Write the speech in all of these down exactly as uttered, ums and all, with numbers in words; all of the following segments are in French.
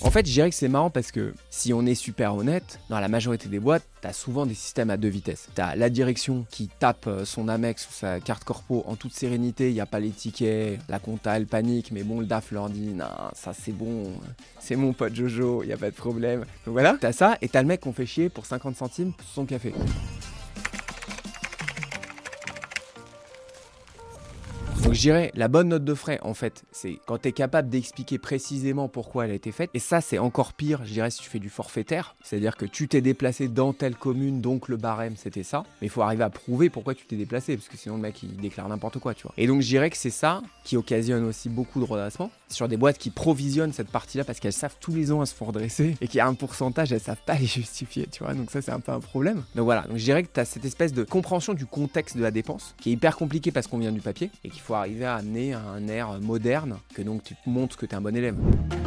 En fait, je dirais que c'est marrant parce que si on est super honnête, dans la majorité des boîtes, t'as souvent des systèmes à deux vitesses. T'as la direction qui tape son Amex ou sa carte corpo en toute sérénité, il n'y a pas les tickets, la compta elle panique, mais bon, le D A F leur dit non, ça c'est bon, c'est mon pote Jojo, il n'y a pas de problème. Donc voilà, t'as ça et t'as le mec qu'on fait chier pour cinquante centimes pour son café. Donc je dirais, la bonne note de frais, en fait, c'est quand tu es capable d'expliquer précisément pourquoi elle a été faite. Et ça, c'est encore pire, je dirais, si tu fais du forfaitaire. C'est-à-dire que tu t'es déplacé dans telle commune, donc le barème, c'était ça. Mais il faut arriver à prouver pourquoi tu t'es déplacé, parce que sinon, le mec, il déclare n'importe quoi, tu vois. Et donc, je dirais que c'est ça qui occasionne aussi beaucoup de redressement. Sur des boîtes qui provisionnent cette partie-là, parce qu'elles savent tous les ans, elles se font redresser, et qu'il y a un pourcentage, elles savent pas les justifier, tu vois. Donc ça, c'est un peu un problème. Donc voilà, donc je dirais que tu as cette espèce de compréhension du contexte de la dépense, qui est hyper compliqué parce qu'on vient du papier, et qu'il faut arriver à amener à un air moderne, que donc tu montres que tu es un bon élève.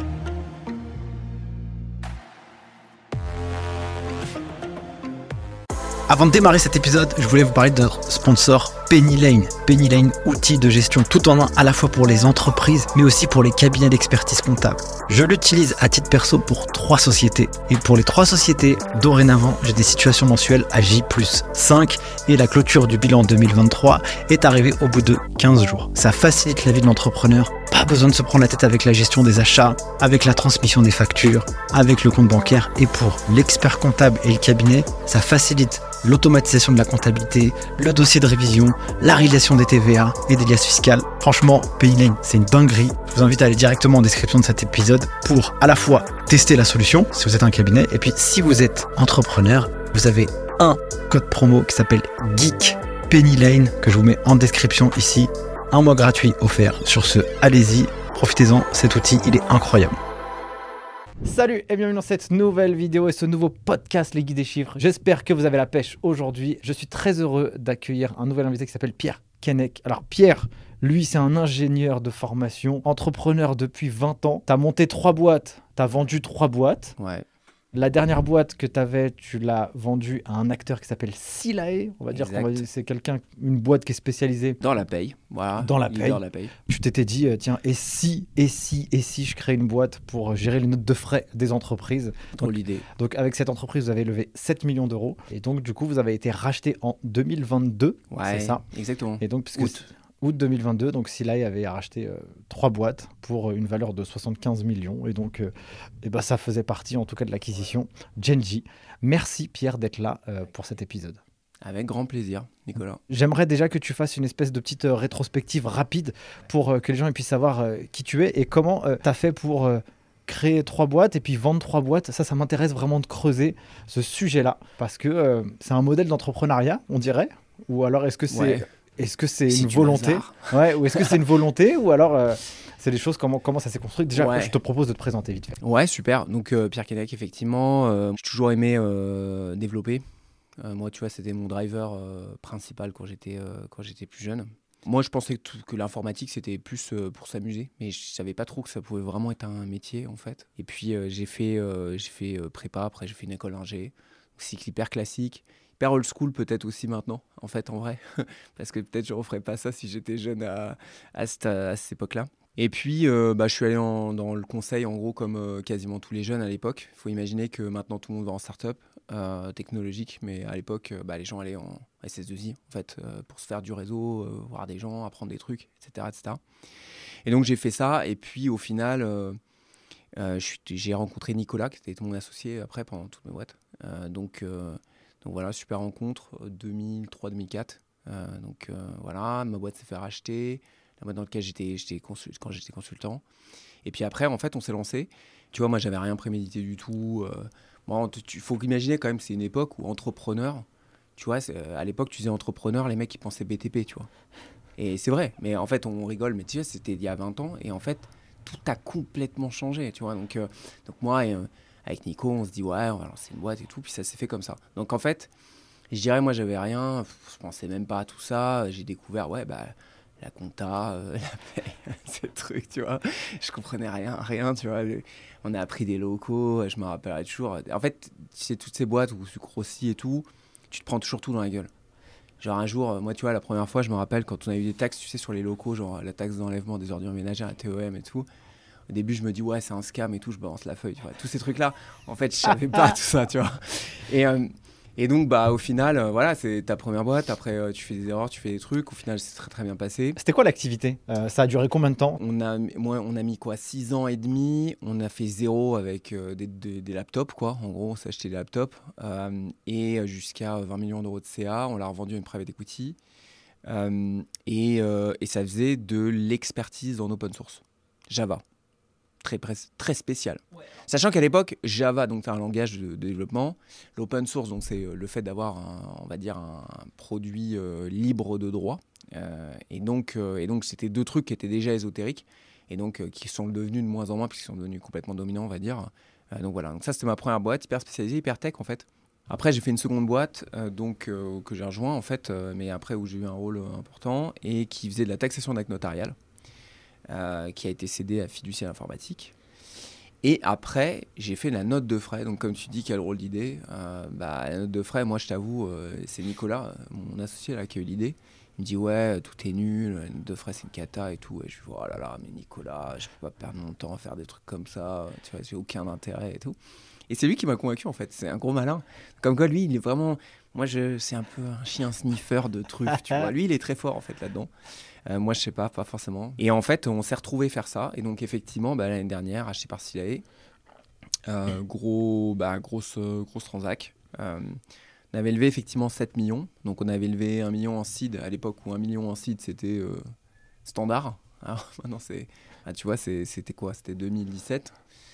Avant de démarrer cet épisode, je voulais vous parler de notre sponsor Penny Lane. Penny Lane, outil de gestion tout en un à la fois pour les entreprises, mais aussi pour les cabinets d'expertise comptable. Je l'utilise à titre perso pour trois sociétés. Et pour les trois sociétés, dorénavant, j'ai des situations mensuelles à J plus cinq et la clôture du bilan deux mille vingt-trois est arrivée au bout de quinze jours. Ça facilite la vie de l'entrepreneur. Pas besoin de se prendre la tête avec la gestion des achats, avec la transmission des factures, avec le compte bancaire. Et pour l'expert comptable et le cabinet, ça facilite l'automatisation de la comptabilité, le dossier de révision, la réalisation des T V A et des liasses fiscales. Franchement, Penny Lane, c'est une dinguerie. Je vous invite à aller directement en description de cet épisode pour à la fois tester la solution, si vous êtes un cabinet, et puis si vous êtes entrepreneur, vous avez un code promo qui s'appelle Geek Penny Lane que je vous mets en description ici. Un mois gratuit offert. Sur ce, allez-y, profitez-en, cet outil, il est incroyable. Salut et bienvenue dans cette nouvelle vidéo et ce nouveau podcast Les Guides des Chiffres. J'espère que vous avez la pêche aujourd'hui. Je suis très heureux d'accueillir un nouvel invité qui s'appelle Pierre Keinec. Alors Pierre, lui c'est un ingénieur de formation, entrepreneur depuis vingt ans. Tu as monté trois boîtes, tu as vendu trois boîtes. Ouais. La dernière boîte que tu avais, tu l'as vendue à un acteur qui s'appelle Silae. On va dire que c'est quelqu'un, une boîte qui est spécialisée dans la paye. Voilà. Dans la paye. la paye. Tu t'étais dit, euh, tiens, et si, et si, et si je crée une boîte pour gérer les notes de frais des entreprises. Trop l'idée. Donc avec cette entreprise, vous avez levé sept millions d'euros. Et donc du coup, vous avez été racheté en deux mille vingt-deux. Ouais, c'est ça. Exactement. Et donc, puisque Août. août deux mille vingt-deux, donc Silae avait racheté euh, trois boîtes pour une valeur de soixante-quinze millions. Et donc, euh, et ben, ça faisait partie en tout cas de l'acquisition Genji. Merci Pierre d'être là euh, pour cet épisode. Avec grand plaisir, Nicolas. J'aimerais déjà que tu fasses une espèce de petite euh, rétrospective rapide pour euh, que les gens puissent savoir euh, qui tu es et comment euh, tu as fait pour euh, créer trois boîtes et puis vendre trois boîtes. Ça, ça m'intéresse vraiment de creuser ce sujet-là parce que euh, c'est un modèle d'entrepreneuriat, on dirait. Ou alors est-ce que c'est... Ouais. Est-ce que c'est C'est une du volonté hasard. Ouais, ou est-ce que c'est une volonté ou alors euh, c'est des choses, comment, comment ça s'est construit. Déjà, Ouais. je te propose de te présenter vite fait. Ouais, super. Donc euh, Pierre Keinec, effectivement, euh, j'ai toujours aimé euh, développer. Euh, moi, tu vois, c'était mon driver euh, principal quand j'étais euh, quand j'étais plus jeune. Moi, je pensais que, tout- que l'informatique, c'était plus euh, pour s'amuser, mais je savais pas trop que ça pouvait vraiment être un métier, en fait. Et puis, euh, j'ai fait, euh, j'ai fait euh, prépa, après j'ai fait une école d'ingé, cycle hyper classique, hyper old school peut-être aussi maintenant, en fait, en vrai. Parce que peut-être je referais pas ça si j'étais jeune à, à cette, à cette époque-là. Et puis, euh, bah, je suis allé en- dans le conseil, en gros, comme euh, quasiment tous les jeunes à l'époque. Il faut imaginer que maintenant, tout le monde va en start-up euh, technologique, mais à l'époque, euh, bah, les gens allaient en S S deux I, en fait, euh, pour se faire du réseau, euh, voir des gens, apprendre des trucs, et cetera, et cetera. Et donc, j'ai fait ça. Et puis, au final, euh, euh, je suis- j'ai rencontré Nicolas, qui était mon associé après pendant toute ma boîte. Euh, donc, euh, donc, voilà, super rencontre, euh, deux mille trois deux mille quatre. Euh, donc, euh, voilà, ma boîte s'est fait racheter. La boîte dans laquelle j'étais, j'étais consul- quand j'étais consultant. Et puis après, en fait, on s'est lancé. Tu vois, moi, j'avais rien prémédité du tout. Euh, bon, il faut imaginer quand même, c'est une époque où entrepreneur, tu vois, c'est- à l'époque, tu disais entrepreneur, les mecs, ils pensaient B T P, tu vois. Et c'est vrai, mais en fait, on rigole, mais tu vois, c'était il y a vingt ans, et en fait, tout a complètement changé, tu vois. Donc, euh, donc moi, et, euh, avec Nico, on se dit, ouais, on va lancer une boîte et tout, puis ça s'est fait comme ça. Donc en fait, je dirais, moi, j'avais rien, je pensais même pas à tout ça. J'ai découvert, ouais, bah, la compta, euh, la paye, ces trucs, tu vois. Je comprenais rien, rien, tu vois. Le- On a appris des locaux, je me rappellerai toujours. En fait, tu sais, toutes ces boîtes où tu grossis et tout, tu te prends toujours tout dans la gueule. Genre un jour, euh, moi, tu vois, la première fois, je me rappelle quand on a eu des taxes, tu sais, sur les locaux, genre la taxe d'enlèvement des ordures ménagères, la T O M et tout. Au début, je me dis, ouais, c'est un scam et tout, je balance la feuille, tu vois. Tous ces trucs-là, en fait, je savais pas tout ça, tu vois. Et, euh, et donc, bah, au final, euh, voilà, c'est ta première boîte. Après, euh, tu fais des erreurs, tu fais des trucs. Au final, c'est très, très bien passé. C'était quoi l'activité? euh, Ça a duré combien de temps? On a, moi, on a mis quoi, six ans et demi. On a fait zéro avec euh, des, des, des laptops, quoi. En gros, on s'est acheté des laptops. Euh, et jusqu'à vingt millions d'euros de C A. On l'a revendu à une private equity. Euh, et, euh, et ça faisait de l'expertise en open source. Java. Très, très spécial. Ouais. Sachant qu'à l'époque, Java, donc c'est un langage de, de développement. L'open source, donc c'est le fait d'avoir, un, on va dire, un, un produit euh, libre de droit. Euh, et, donc, euh, et donc, c'était deux trucs qui étaient déjà ésotériques et donc euh, qui sont devenus de moins en moins, puisqu'ils sont devenus complètement dominants, on va dire. Euh, donc voilà, donc ça, c'était ma première boîte, hyper spécialisée, hyper tech, en fait. Après, j'ai fait une seconde boîte euh, donc, euh, que j'ai rejoint, en fait, euh, mais après, où j'ai eu un rôle important et qui faisait de la taxation d'actes notariales. Euh, qui a été cédé à Fiducial Informatique. Et après, j'ai fait la note de frais. Donc, comme tu dis, quel rôle d'idée euh, bah, la note de frais, moi, je t'avoue, euh, c'est Nicolas, mon associé, là, qui a eu l'idée. Il me dit, ouais, tout est nul, la note de frais, c'est une cata et tout. Et je lui dis, oh là là, mais Nicolas, je peux pas perdre mon temps à faire des trucs comme ça. Tu vois, j'ai aucun intérêt et tout. Et c'est lui qui m'a convaincu, en fait. C'est un gros malin. Comme quoi, lui, il est vraiment... Moi, je... c'est un peu un chien sniffer de trucs, tu vois. Lui, il est très fort, en fait, là-dedans. Euh, moi, je sais pas, pas forcément. Et en fait, on s'est retrouvés faire ça. Et donc, effectivement, bah, l'année dernière, acheté par Silae, euh, gros, bah, grosse, euh, grosse transac. Euh, on avait levé effectivement sept millions. Donc, on avait levé un million en seed à l'époque où un million en seed, c'était euh, standard. Alors, maintenant, c'est, ah, tu vois, c'est, c'était quoi? C'était deux mille dix-sept.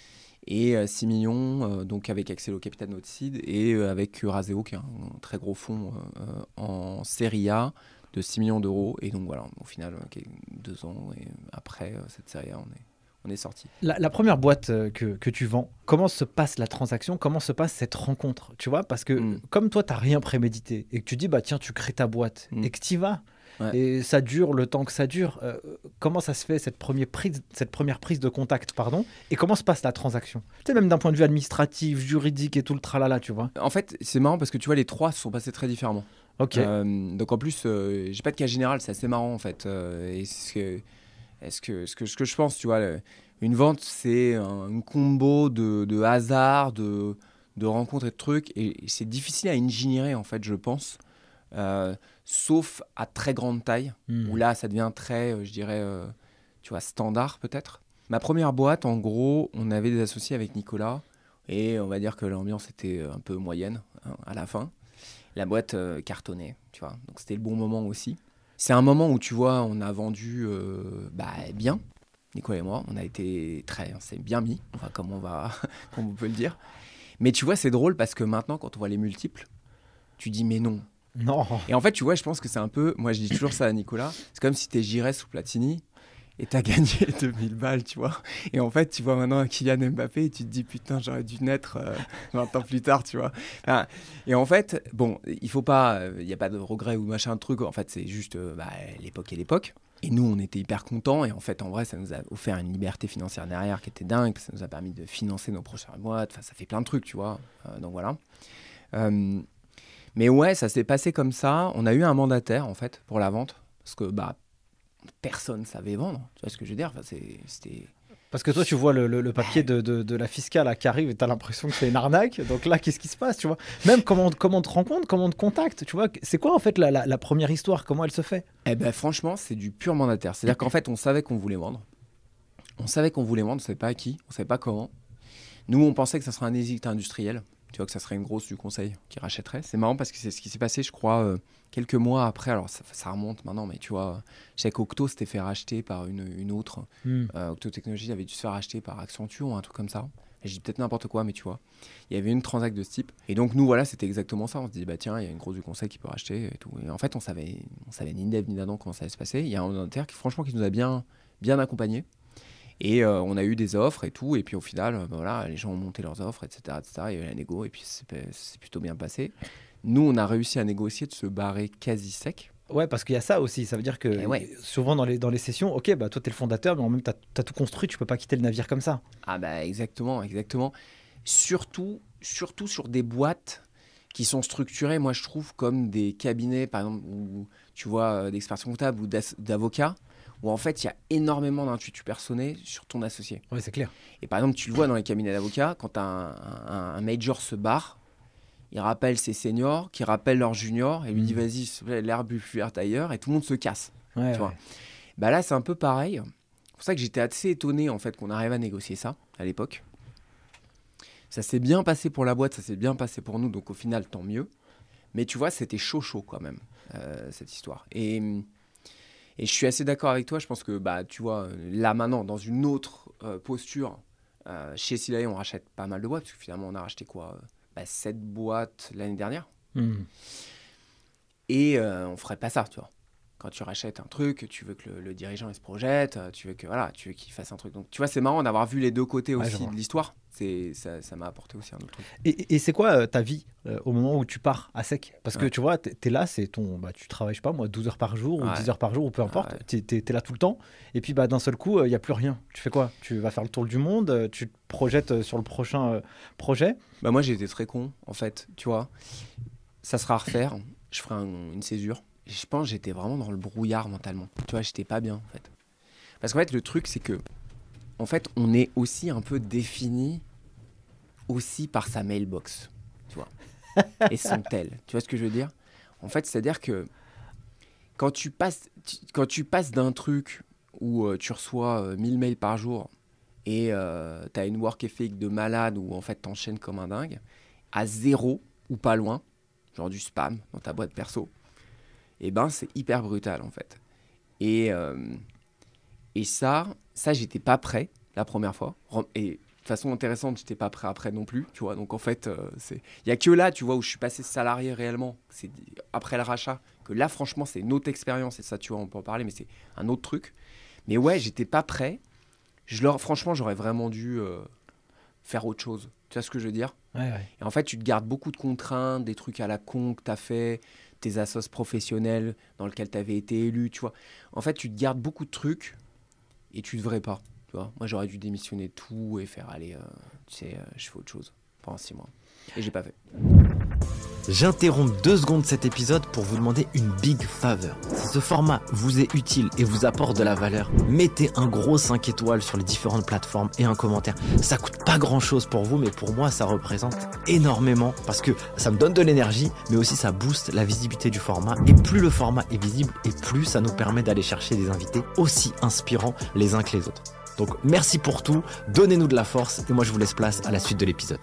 Et euh, six millions, euh, donc avec Accelo Capital notre seed, et euh, avec Euraseo, qui est un, un très gros fonds euh, en série A, de six millions d'euros. Et donc voilà, au final, okay, deux ans et après euh, cette série A, on est, on est sorti. La, la première boîte euh, que, que tu vends, comment se passe la transaction? Comment se passe cette rencontre? Tu vois, parce que mm. comme toi, tu n'as rien prémédité et que tu dis, bah tiens, tu crées ta boîte mm. et que tu y vas, ouais. et ça dure le temps que ça dure, euh, comment ça se fait cette première, prise, cette première prise de contact, pardon, et comment se passe la transaction? Tu sais, même d'un point de vue administratif, juridique et tout le tralala, tu vois. En fait, c'est marrant parce que tu vois, les trois se sont passés très différemment. Ok. Euh, donc en plus, euh, j'ai pas de cas général, c'est assez marrant en fait. Euh, et ce que, est-ce que, ce que, ce que je pense, tu vois, le, une vente, c'est un, un combo de, de hasard, de, de rencontres et de trucs, et, et c'est difficile à ingénierer en fait, je pense. Euh, sauf à très grande taille, mmh. où là, ça devient très, euh, je dirais, euh, tu vois, standard peut-être. Ma première boîte, en gros, on avait des associés avec Nicolas, et on va dire que l'ambiance était un peu moyenne hein, à la fin. La boîte euh, cartonnait, tu vois. Donc, c'était le bon moment aussi. C'est un moment où, tu vois, on a vendu euh, bah, bien, Nicolas et moi. On a été très... On s'est bien mis, enfin, comme on, va, comme on peut le dire. Mais tu vois, c'est drôle parce que maintenant, quand on voit les multiples, tu dis, mais non. Non. Et en fait, tu vois, je pense que c'est un peu... Moi, je dis toujours ça à Nicolas. C'est comme si t'es Giresse ou Platini et t'as gagné deux mille balles, tu vois. Et en fait, tu vois maintenant Kylian Mbappé et tu te dis, putain, j'aurais dû naître euh, vingt ans plus tard, tu vois. Enfin, et en fait, bon, il faut pas... Il euh, n'y a pas de regret ou machin de truc. En fait, c'est juste euh, bah, l'époque et l'époque. Et nous, on était hyper contents. Et en fait, en vrai, ça nous a offert une liberté financière derrière qui était dingue. Ça nous a permis de financer nos prochaines boîtes. Enfin, ça fait plein de trucs, tu vois. Euh, donc voilà. Euh, mais ouais, ça s'est passé comme ça. On a eu un mandataire, en fait, pour la vente. Parce que, bah, personne ne savait vendre. Tu vois ce que je veux dire? Enfin, c'est, c'était... Parce que toi, tu vois le, le, le papier de, de, de la fiscale là, qui arrive et tu as l'impression que c'est une arnaque. Donc là, qu'est-ce qui se passe, tu vois? Même comment, comment on te rencontre, comment on te contacte, tu vois? C'est quoi, en fait, la, la, la première histoire? Comment elle se fait? Eh ben, franchement, c'est du pur mandataire. C'est-à-dire qu'en fait, on savait qu'on voulait vendre. On savait qu'on voulait vendre, on ne savait pas à qui, on ne savait pas comment. Nous, on pensait que ça serait un édite industriel. Tu vois, que ça serait une grosse du conseil qui rachèterait. C'est marrant parce que c'est ce qui s'est passé, je crois, euh, quelques mois après. Alors, ça, ça remonte maintenant, mais tu vois, je sais qu'Octo s'était fait racheter par une, une autre. Mm. Euh, Octo Technologies avait dû se faire racheter par Accenture ou un truc comme ça. Et je dis peut-être n'importe quoi, mais tu vois, il y avait une transac de ce type. Et donc, nous, voilà, c'était exactement ça. On se dit, bah tiens, il y a une grosse du conseil qui peut racheter et tout. Et en fait, on savait, on savait ni d'Eve ni d'Adam comment ça allait se passer. Il y a un mandataire qui, franchement, qui nous a bien, bien accompagnés. Et euh, on a eu des offres et tout, et puis au final, euh, ben voilà, les gens ont monté leurs offres, et cetera, et cetera. Il y a eu la négo, et puis c'est, c'est plutôt bien passé. Nous, on a réussi à négocier de se barrer quasi sec. Ouais, parce qu'il y a ça aussi. Ça veut dire que ouais. souvent dans les, dans les sessions, ok, bah toi t'es le fondateur, mais en même temps t'as tout construit, tu peux pas quitter le navire comme ça. Ah bah exactement, exactement. Surtout, surtout sur des boîtes qui sont structurées, moi je trouve, comme des cabinets, par exemple, où tu vois, d'experts comptables ou d'avocats, où en fait, il y a énormément d'intuitu personné sur ton associé. Ouais, c'est clair. Et par exemple, tu le vois dans les cabinets d'avocats, quand un, un, un major se barre, il rappelle ses seniors, qui rappellent leurs juniors, et lui dit, Mmh. vas-y, s'il te plaît, l'herbe est plus verte ailleurs, et tout le monde se casse. Ouais, Tu vois. ouais. Bah là, c'est un peu pareil. C'est pour ça que j'étais assez étonné en fait qu'on arrive à négocier ça à l'époque. Ça s'est bien passé pour la boîte, ça s'est bien passé pour nous, donc au final, tant mieux. Mais tu vois, c'était chaud chaud quand même, euh, cette histoire. Et, et je suis assez d'accord avec toi, je pense que bah, tu vois, là maintenant, dans une autre euh, posture, euh, chez Silae, on rachète pas mal de boîtes, parce que finalement, on a racheté quoi euh, bah, sept boîtes l'année dernière. Mmh. Et euh, on ferait pas ça, tu vois. Quand tu rachètes un truc, tu veux que le, le dirigeant il se projette, tu veux que voilà, tu veux qu'il fasse un truc. Donc tu vois, c'est marrant d'avoir vu les deux côtés Ouais, je aussi vois. de l'histoire. C'est ça, ça m'a apporté aussi un autre truc. Et, et c'est quoi euh, ta vie euh, au moment où tu pars à sec? Parce que Ouais. tu vois, t'es es là, c'est ton, bah, tu travailles, je sais pas moi, douze heures par jour ou Ouais. dix heures par jour ou peu importe. Ouais. Tu es, là tout le temps. Et puis bah, d'un seul coup, il n'y a plus rien. Tu fais quoi? Tu vas faire le tour du monde, euh, tu te projettes euh, sur le prochain euh, projet. Bah moi j'ai été très con en fait, tu vois. Ça sera à refaire. Je ferai un- une césure. Je pense que j'étais vraiment dans le brouillard mentalement. Tu vois, j'étais pas bien en fait. Parce qu'en fait le truc c'est que en fait on est aussi un peu défini aussi par sa mailbox, tu vois. Et son tel. Tu vois ce que je veux dire? En fait, c'est-à-dire que quand tu passes, tu- quand tu passes d'un truc où euh, tu reçois euh, mille mails par jour et euh, tu as une work ethic de malade où en fait t'enchaînes comme un dingue, à zéro ou pas loin, genre du spam dans ta boîte perso, et ben c'est hyper brutal en fait. Et, euh, et ça, ça j'étais pas prêt la première fois. Rom- Et de façon intéressante, j'étais pas prêt après non plus, tu vois. Donc en fait, euh, c'est, il y a que là, tu vois, où je suis passé salarié réellement, c'est après le rachat, que là franchement c'est une autre expérience et ça, tu vois, on peut en parler, mais c'est un autre truc. Mais ouais, j'étais pas prêt. Je leur, franchement, j'aurais vraiment dû euh, faire autre chose. Tu vois ce que je veux dire? Ouais, ouais. Et en fait, tu te gardes beaucoup de contraintes, des trucs à la con que tu as fait, tes assos professionnels dans lesquels tu avais été élu, tu vois. En fait, tu te gardes beaucoup de trucs et tu devrais pas, tu vois. Moi, j'aurais dû démissionner de tout et faire, allez, euh, tu sais, euh, je fais autre chose pendant six mois. Et j'ai pas fait. J'interromps deux secondes cet épisode pour vous demander une big favor. Si ce format vous est utile et vous apporte de la valeur, mettez un gros cinq étoiles sur les différentes plateformes et un commentaire. Ça coûte pas grand chose pour vous, mais pour moi ça représente énormément parce que ça me donne de l'énergie, mais aussi ça booste la visibilité du format. Et plus le format est visible et plus ça nous permet d'aller chercher des invités aussi inspirants les uns que les autres. Donc merci pour tout, donnez-nous de la force et moi je vous laisse place à la suite de l'épisode.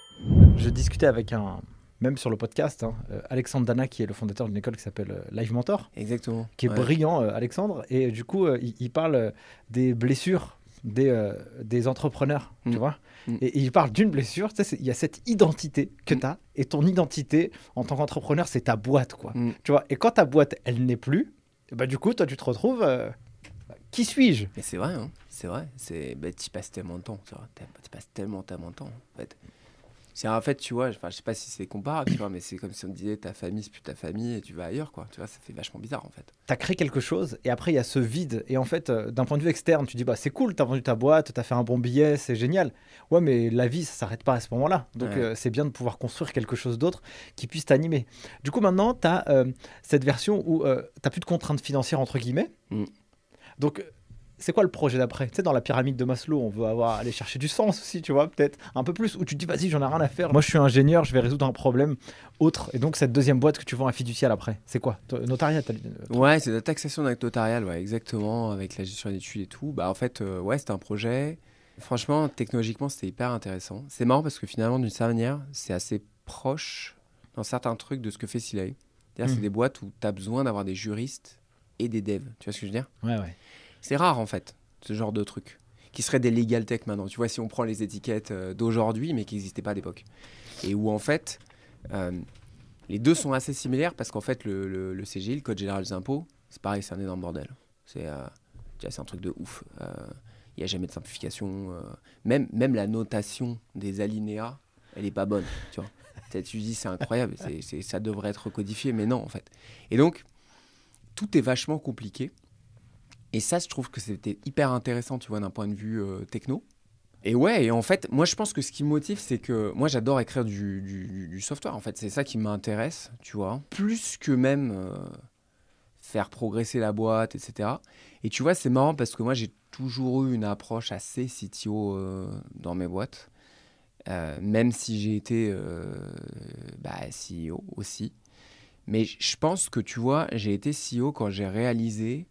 Je discutais avec un, même sur le podcast, hein, euh, Alexandre Dana, qui est le fondateur d'une école qui s'appelle euh, Live Mentor, Exactement. qui est Ouais. brillant, euh, Alexandre. Et du coup, euh, il, il parle euh, des blessures des, euh, des entrepreneurs, Mm. tu vois. Mm. Et, et il parle d'une blessure, tu sais, c'est- il y a cette identité que Mm. tu as. Et ton identité, en tant qu'entrepreneur, c'est ta boîte, quoi. Mm. Tu vois. Et quand ta boîte, elle n'est plus, bah, du coup, toi, tu te retrouves... euh, qui suis-je? Mais c'est vrai, hein, c'est vrai. C'est, bah, tu passes tellement de temps, tu vois. Tu passes tellement, tellement de temps, en fait. C'est en fait, tu vois, enfin, je sais pas si c'est comparable, tu vois, mais c'est comme si on disait ta famille, c'est plus ta famille et tu vas ailleurs, quoi. Tu vois, ça fait vachement bizarre, en fait. Tu as créé quelque chose et après il y a ce vide. Et en fait, euh, d'un point de vue externe, tu dis bah c'est cool, tu as vendu ta boîte, tu as fait un bon billet, c'est génial. Ouais, mais la vie, ça s'arrête pas à ce moment-là. Donc Ouais. euh, c'est bien de pouvoir construire quelque chose d'autre qui puisse t'animer. Du coup, maintenant, tu as cette version où euh, tu plus de contraintes financières, entre guillemets. Mm. Donc, euh, c'est quoi le projet d'après? Tu sais, dans la pyramide de Maslow, on veut avoir, aller chercher du sens aussi, tu vois, peut-être un peu plus, où tu te dis, vas-y, j'en ai rien à faire. Moi, je suis ingénieur, je vais résoudre un problème autre. Et donc, cette deuxième boîte que tu vends à fiducial après, c'est quoi? Toi, Notariat, t'as- euh, Ouais, c'est la taxation d'acte notarial, ouais, exactement, avec la gestion d'études et tout. Bah, en fait, euh, ouais, c'était un projet. Franchement, technologiquement, c'était hyper intéressant. C'est marrant parce que finalement, d'une certaine manière, c'est assez proche dans certains trucs de ce que fait Silae. C'est-à-dire, Mm. c'est des boîtes où tu as besoin d'avoir des juristes et des devs. Tu vois ce que je veux dire? Ouais, ouais. C'est rare, en fait, ce genre de truc. Qui serait des legal tech maintenant. Tu vois, si on prend les étiquettes euh, d'aujourd'hui, mais qui n'existaient pas à l'époque. Et où, en fait, euh, les deux sont assez similaires parce qu'en fait, le, le, le C G I, le Code général des impôts, c'est pareil, c'est un énorme bordel. C'est euh, tu vois, c'est un truc de ouf. Il n'y a jamais de simplification. euh, même, même la notation des alinéas, elle n'est pas bonne. Tu vois. Tu te dis, c'est incroyable, c'est, c'est, ça devrait être codifié, mais non, en fait. Et donc, tout est vachement compliqué. Et ça, je trouve que c'était hyper intéressant, tu vois, d'un point de vue euh, techno. Et ouais, et en fait, moi, je pense que ce qui me motive, c'est que moi, j'adore écrire du, du, du software, en fait. C'est ça qui m'intéresse, tu vois. Plus que même euh, faire progresser la boîte, et cetera. Et tu vois, c'est marrant parce que moi, j'ai toujours eu une approche assez C T O euh, dans mes boîtes, euh, même si j'ai été euh, bah, C E O aussi. Mais je pense que, tu vois, j'ai été C E O quand j'ai réalisé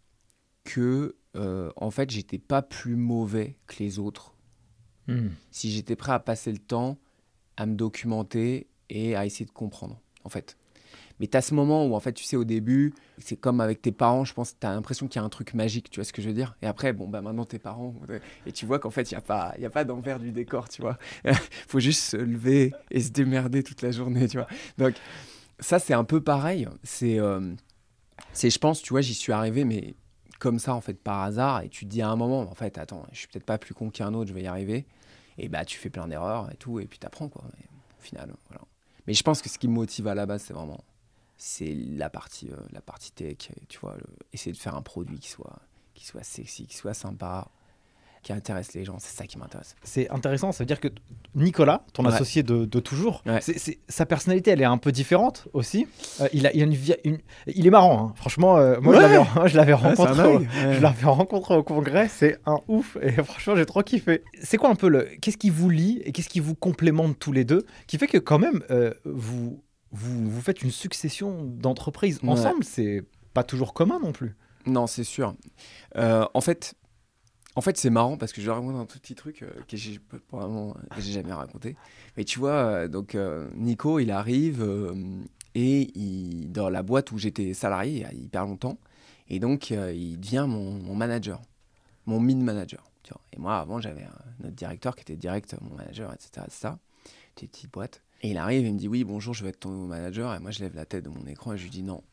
que, euh, en fait, j'étais pas plus mauvais que les autres. Mmh. Si j'étais prêt à passer le temps à me documenter et à essayer de comprendre, en fait. Mais tu as ce moment où, en fait, tu sais, au début, c'est comme avec tes parents, je pense que tu as l'impression qu'il y a un truc magique, tu vois ce que je veux dire? Et après, bon, bah maintenant, tes parents, et tu vois qu'en fait, il n'y a pas, il y a pas d'envers du décor, tu vois. Il faut juste se lever et se démerder toute la journée, tu vois. Donc, ça, c'est un peu pareil. C'est, euh, c'est, je pense, tu vois, j'y suis arrivé, mais comme ça, en fait, par hasard. Et tu te dis à un moment, en fait, attends, je suis peut-être pas plus con qu'un autre, je vais y arriver. Et bah, tu fais plein d'erreurs et tout, et puis tu apprends, quoi. Et au final, voilà. Mais je pense que ce qui me motive à la base, c'est vraiment c'est la partie, euh, la partie tech, tu vois, le, essayer de faire un produit qui soit, qui soit sexy, qui soit sympa, qui intéresse les gens, c'est ça qui m'intéresse. C'est intéressant, ça veut dire que Nicolas, ton Ouais. associé de, de toujours, Ouais. c'est, c'est, sa personnalité, elle est un peu différente aussi. Euh, il, a, il, a une, vie- une- il est marrant, hein. Franchement, euh, moi, Ouais. je l'avais, moi je l'avais Ouais, c'est rencontré, un au, dingue, ouais. je l'avais rencontré au congrès, c'est un ouf, et franchement, j'ai trop kiffé. C'est quoi un peu le, qu'est-ce qui vous lie et qu'est-ce qui vous complémente tous les deux, qui fait que quand même, euh, vous, vous, vous faites une succession d'entreprises Ouais. ensemble, c'est pas toujours commun non plus. Non, c'est sûr. Euh, en fait, en fait, c'est marrant parce que je vais raconter un tout petit truc euh, que j'ai probablement que j'ai jamais raconté. Mais tu vois, euh, donc euh, Nico, il arrive euh, et il, dans la boîte où j'étais salarié il y a hyper longtemps, et donc euh, il devient mon, mon manager, mon mid manager. Tu vois. Et moi, avant, j'avais un, notre directeur qui était direct mon manager, et cetera, et cetera. C'était une petite boîte. Et il arrive, il me dit oui, bonjour, je vais être ton manager. Et moi, je lève la tête de mon écran et je lui dis non.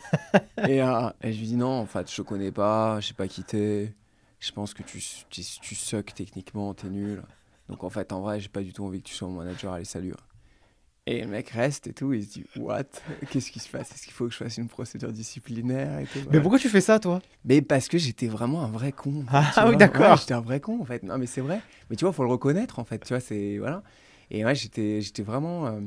et, euh, et je lui dis non, en fait, je te connais pas, je sais pas qui t'es. Je pense que tu, tu, tu sucks techniquement, t'es nul. Donc en fait, en vrai, j'ai pas du tout envie que tu sois mon manager. Allez, salut. Et le mec reste et tout. Il se dit what? Qu'est-ce qui se passe? Est-ce qu'il faut que je fasse une procédure disciplinaire et tout? Mais Voilà. pourquoi tu fais ça, toi? Mais parce que j'étais vraiment un vrai con. Ah, tu oui, vois. d'accord. Ouais, j'étais un vrai con en fait. Non, mais c'est vrai. Mais tu vois, faut le reconnaître en fait. Tu vois, c'est voilà. Et ouais, j'étais, j'étais vraiment. euh,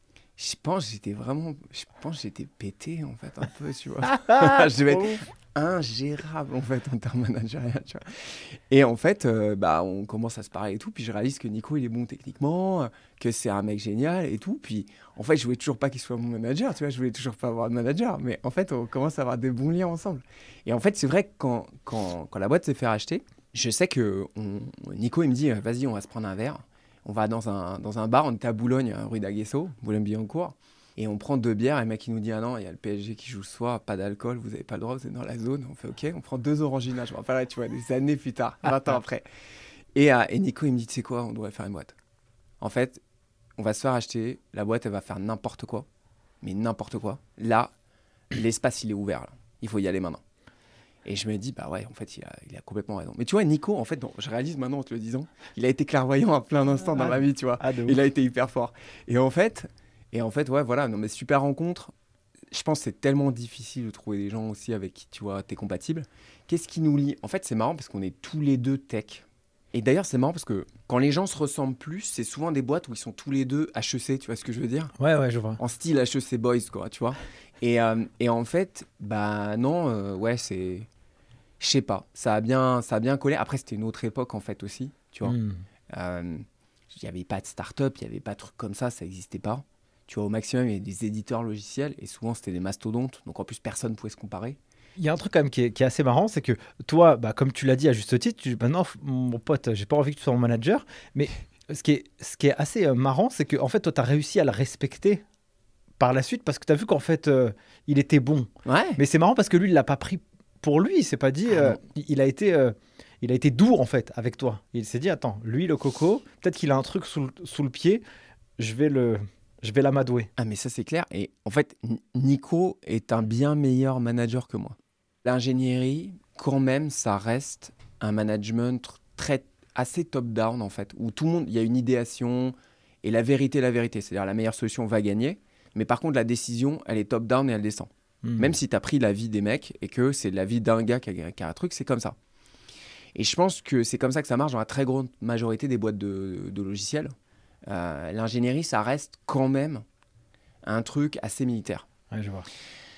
Je pense que j'étais vraiment. Je pense que j'étais pété en fait un peu, tu vois. Je devais être ingérable en fait en termes managériels, tu vois. Et en fait, euh, bah, on commence à se parler et tout. Puis je réalise que Nico, il est bon techniquement, euh, que c'est un mec génial et tout. Puis en fait, je voulais toujours pas qu'il soit mon manager, tu vois. Je voulais toujours pas avoir de manager. Mais en fait, on commence à avoir des bons liens ensemble. Et en fait, c'est vrai que quand, quand, quand la boîte s'est fait racheter, je sais que on, Nico, il me dit, vas-y, on va se prendre un verre. On va dans un, dans un bar, on était à Boulogne, rue d'Aguesseau, Boulogne-Billancourt. Et on prend deux bières et le mec il nous dit ah non, il y a le P S G qui joue ce soir, pas d'alcool, vous avez pas le droit, vous êtes dans la zone. On fait ok, on prend deux Orangina, je me rappellerai, tu vois, des années plus tard, vingt ans après. Et, euh, et Nico il me dit tu sais quoi, on devrait faire une boîte. En fait, on va se faire acheter, la boîte elle va faire n'importe quoi, mais n'importe quoi. Là, l'espace il est ouvert, là. Il faut y aller maintenant. Et je me dis bah ouais, en fait il a, il a complètement raison. Mais tu vois Nico, en fait, donc, je réalise maintenant en te le disant, il a été clairvoyant à plein d'instants dans ma vie, tu vois. Ah, de ouf. Il a été hyper fort. Et en fait, et en fait, ouais, voilà, non mais super rencontre. Je pense que c'est tellement difficile de trouver des gens aussi avec qui tu vois t'es compatible. Qu'est-ce qui nous lie? En fait, c'est marrant parce qu'on est tous les deux tech. Et d'ailleurs, c'est marrant parce que quand les gens se ressemblent plus, c'est souvent des boîtes où ils sont tous les deux H E C, tu vois ce que je veux dire? Ouais, ouais, je vois. En style H E C Boys, quoi, tu vois. Et, euh, et en fait, bah non, euh, ouais, c'est, je sais pas, ça a bien, ça a bien collé. Après, c'était une autre époque en fait aussi, tu vois. Hmm. Euh, Il n'y avait pas de start-up, il n'y avait pas de trucs comme ça, ça n'existait pas. Tu vois, au maximum, il y avait des éditeurs logiciels et souvent, c'était des mastodontes. Donc, en plus, personne ne pouvait se comparer. Il y a un truc quand même qui est, qui est assez marrant, c'est que toi, bah, comme tu l'as dit à juste titre, tu dis bah non, f- mon pote, j'ai pas envie que tu sois mon manager. Mais ce qui est, ce qui est assez euh, marrant, c'est que en fait, toi, tu as réussi à le respecter par la suite parce que tu as vu qu'en fait, euh, il était bon. Ouais. Mais c'est marrant parce que lui, il l'a pas pris pour lui. Il s'est pas dit, Ah euh, non. il, il a été, euh, il a été doux en fait avec toi. Il s'est dit, attends, lui, le coco, peut-être qu'il a un truc sous, le- sous le pied. Je vais le, je vais l'amadouer. Ah, mais ça, c'est clair. Et en fait, N- Nico est un bien meilleur manager que moi. L'ingénierie, quand même, ça reste un management très, assez top-down, en fait, où tout le monde, il y a une idéation et la vérité, la vérité. C'est-à-dire, la meilleure solution va gagner. Mais par contre, la décision, elle est top-down et elle descend. Hmm. Même si tu as pris l'avis des mecs et que c'est l'avis d'un gars qui a, qui a un truc, c'est comme ça. Et je pense que c'est comme ça que ça marche dans la très grande majorité des boîtes de, de logiciels. Euh, l'ingénierie, ça reste quand même un truc assez militaire. Ouais, je vois.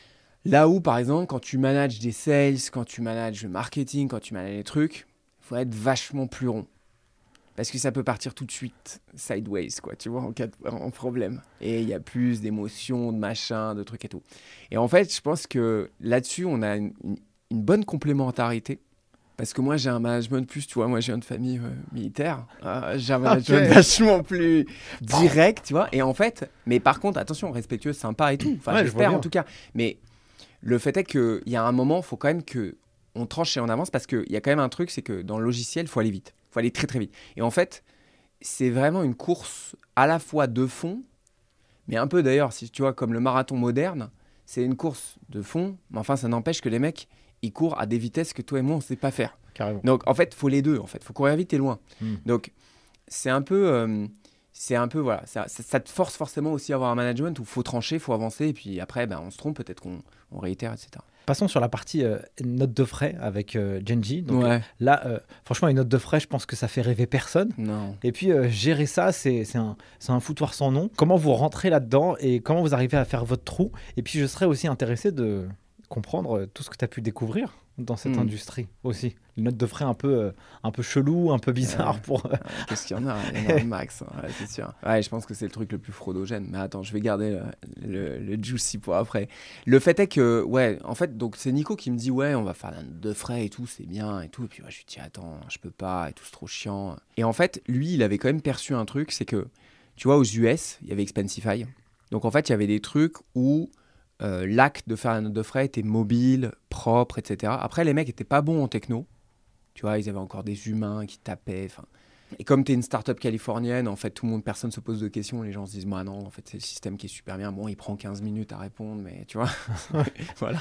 Là où, par exemple, quand tu manages des sales, quand tu manages le marketing, quand tu manages les trucs, il faut être vachement plus rond. Parce que ça peut partir tout de suite sideways, quoi, tu vois, en cas de en problème. Et il y a plus d'émotions, de machins, de trucs et tout. Et en fait, je pense que là-dessus, on a une, une, une bonne complémentarité. Parce que moi, j'ai un management plus, tu vois, moi, j'ai une famille euh, militaire. Euh, j'ai un management okay. vachement plus direct, tu vois. Et en fait, mais par contre, attention, respectueux, sympa et tout. Enfin, ouais, j'espère en tout cas. Mais le fait est qu'il y a un moment, il faut quand même qu'on tranche et on avance. Parce qu'il y a quand même un truc, c'est que dans le logiciel, il faut aller vite. Il faut aller très très vite. Et en fait, c'est vraiment une course à la fois de fond, mais un peu d'ailleurs, si tu vois, comme le marathon moderne, c'est une course de fond, mais enfin, ça n'empêche que les mecs, ils courent à des vitesses que toi et moi, on ne sait pas faire. Carrément. Donc, en fait, il faut les deux. En fait, il faut courir vite et loin. Mm. Donc, c'est un peu, euh, c'est un peu, voilà, ça, ça, ça te force forcément aussi à avoir un management où il faut trancher, il faut avancer, et puis après, ben, on se trompe, peut-être qu'on on réitère, et cetera. Passons sur la partie euh, note de frais avec euh, Genji. Donc ouais. euh, là, euh, franchement, une note de frais, je pense que ça fait rêver personne. Non. Et puis, euh, gérer ça, c'est, c'est, un, c'est un foutoir sans nom. Comment vous rentrez là-dedans et comment vous arrivez à faire votre trou? Et puis, je serais aussi intéressé de comprendre tout ce que tu as pu découvrir dans cette mmh. industrie aussi. Une note de frais un peu, euh, un peu chelou, un peu bizarre. Ouais. pour. Ouais, qu'est-ce qu'il y en a? Il y en a un max, hein. Ouais, c'est sûr. Ouais, je pense que c'est le truc le plus fraudogène. Mais attends, je vais garder le, le, le juicy pour après. Le fait est que, ouais, en fait, donc c'est Nico qui me dit, ouais, on va faire la note de frais et tout, c'est bien et tout. Et puis ouais, je lui dis, attends, je peux pas et tout, c'est trop chiant. Et en fait, lui, il avait quand même perçu un truc, c'est que, tu vois, aux U S, il y avait Expensify. Donc en fait, il y avait des trucs où Euh, l'acte de faire la note de frais était mobile, propre, et cetera. Après, les mecs n'étaient pas bons en techno. Tu vois, ils avaient encore des humains qui tapaient. Et comme tu es une start-up californienne, en fait, tout le monde, personne ne se pose de questions. Les gens se disent, moi, non, en fait, c'est le système qui est super bien. Bon, il prend quinze minutes à répondre, mais tu vois. Voilà.